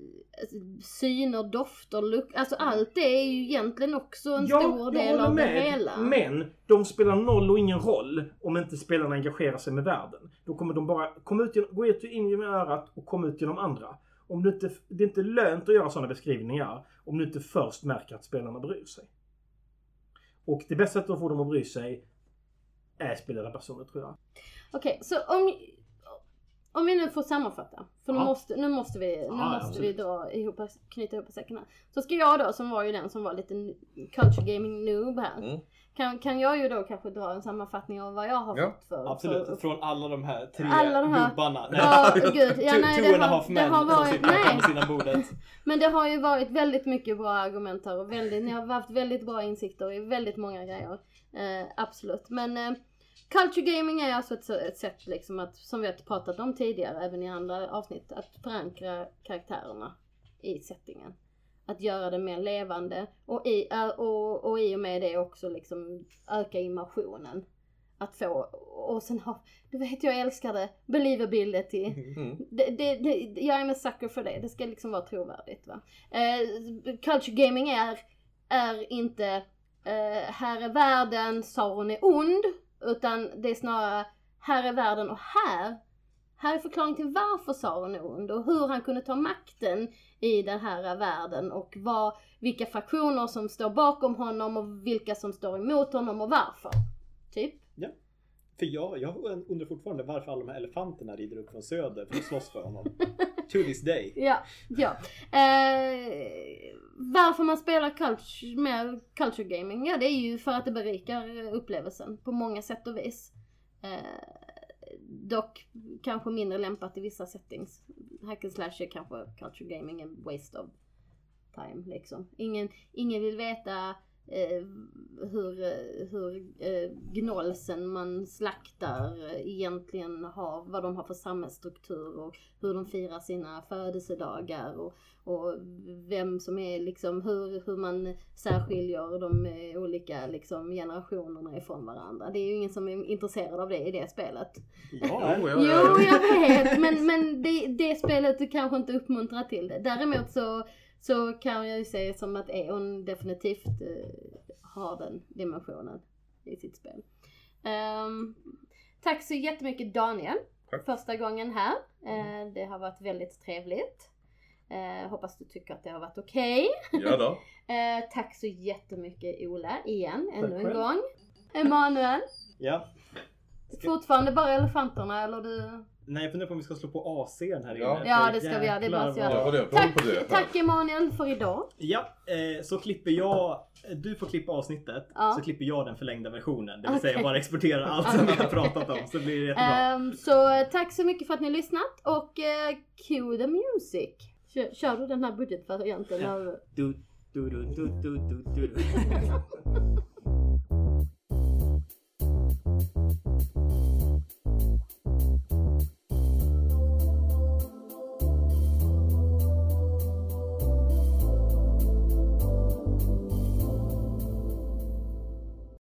syner, dofter, lukt, alltså allt det är ju egentligen också en ja, stor del av med, det hela. Men de spelar noll och ingen roll om inte spelarna engagerar sig med världen. Då kommer de bara komma ut, gå ut in genom örat och komma ut genom andra. Om du inte, det är inte lönt att göra sådana beskrivningar om du inte först märker att spelarna bryr sig. Och det bästa sättet att få dem att bry sig är spelade personer, tror jag. Okej, okay, så om, om vi nu får sammanfatta. För nu, ja. måste, nu måste vi, nu ja, måste vi dra ihop, knyta ihop säckarna. Så ska jag då, som var ju den som var lite culture gaming noob här. Mm. Kan, kan jag ju då kanske dra en sammanfattning av vad jag har ja. fått för... Absolut, för, från alla de här tre alla de här, gubbarna. Ja, gud. Ja, nej, Two det and a har, half det män har som varit, sitter nej. på sina bordet. Men det har ju varit väldigt mycket bra argument här och väldigt, ni har haft väldigt bra insikter i väldigt många grejer. Eh, absolut. Men eh, culture gaming är alltså ett, ett sätt liksom att, som vi har pratat om tidigare, även i andra avsnitt, att förankra karaktärerna i settingen. Att göra det mer levande och i, och, och i och med det också liksom öka immersionen. Att få, och sen ha, du vet jag älskar det, believability. Mm. Det, det, det, jag är en sucker för det, det ska liksom vara trovärdigt, va. Eh, culture gaming är, är inte eh, här är världen, Sauron är ond, utan det är snarare här är världen och här Här är förklaring till varför Sauron är ond och hur han kunde ta makten i den här världen och vad, vilka fraktioner som står bakom honom och vilka som står emot honom och varför. Typ. Ja. För jag, jag undrar fortfarande varför alla de här elefanterna rider upp från söder för att slåss för honom. To this day. Ja, ja. Eh, varför man spelar culture, med culture gaming? Ja, det är ju för att det berikar upplevelsen på många sätt och vis. Eh, Dock kanske mindre lämpat i vissa settings. Hack and slash är kanske culture gaming en waste of time liksom. Ingen, ingen vill veta eh, hur, hur eh, gnolsen man slaktar egentligen har, vad de har för samhällsstruktur och hur de firar sina födelsedagar och, och vem som är liksom, hur, hur man särskiljer de olika liksom, generationerna ifrån varandra. Det är ju ingen som är intresserad av det i det spelet. Ja, jo, jo, jag vet, men, men det, det spelet kanske inte uppmuntrar till det. Däremot så Så kan jag ju säga som att Eon definitivt uh, har den dimensionen i sitt spel. Um, tack så jättemycket Daniel. Tack. Första gången här. Uh, det har varit väldigt trevligt. Uh, hoppas du tycker att det har varit okej. Okay. Ja då. uh, tack så jättemycket Ola igen. Ännu Tack en själv. gång. Emanuel. Ja. Fortfarande bara elefanterna eller du? Nej, jag funderar på om vi ska slå på A C:n här inne. Ja. Ja, det ska vi göra. Det är bara så Jäklar jag- vad- Ja, det är Tack, på det. tack Emanuel för idag. Ja, eh, så klipper jag, du får klippa avsnitt, Ja. så klipper jag den förlängda versionen. Det vill Okej. säga bara exportera allt som vi har pratat om, så blir det jättebra. Ehm, så eh, tack så mycket för att ni har lyssnat och uh, cue the music. Kör, kör du den här budgetvarianten av... Du, du, du, du, du, du, du.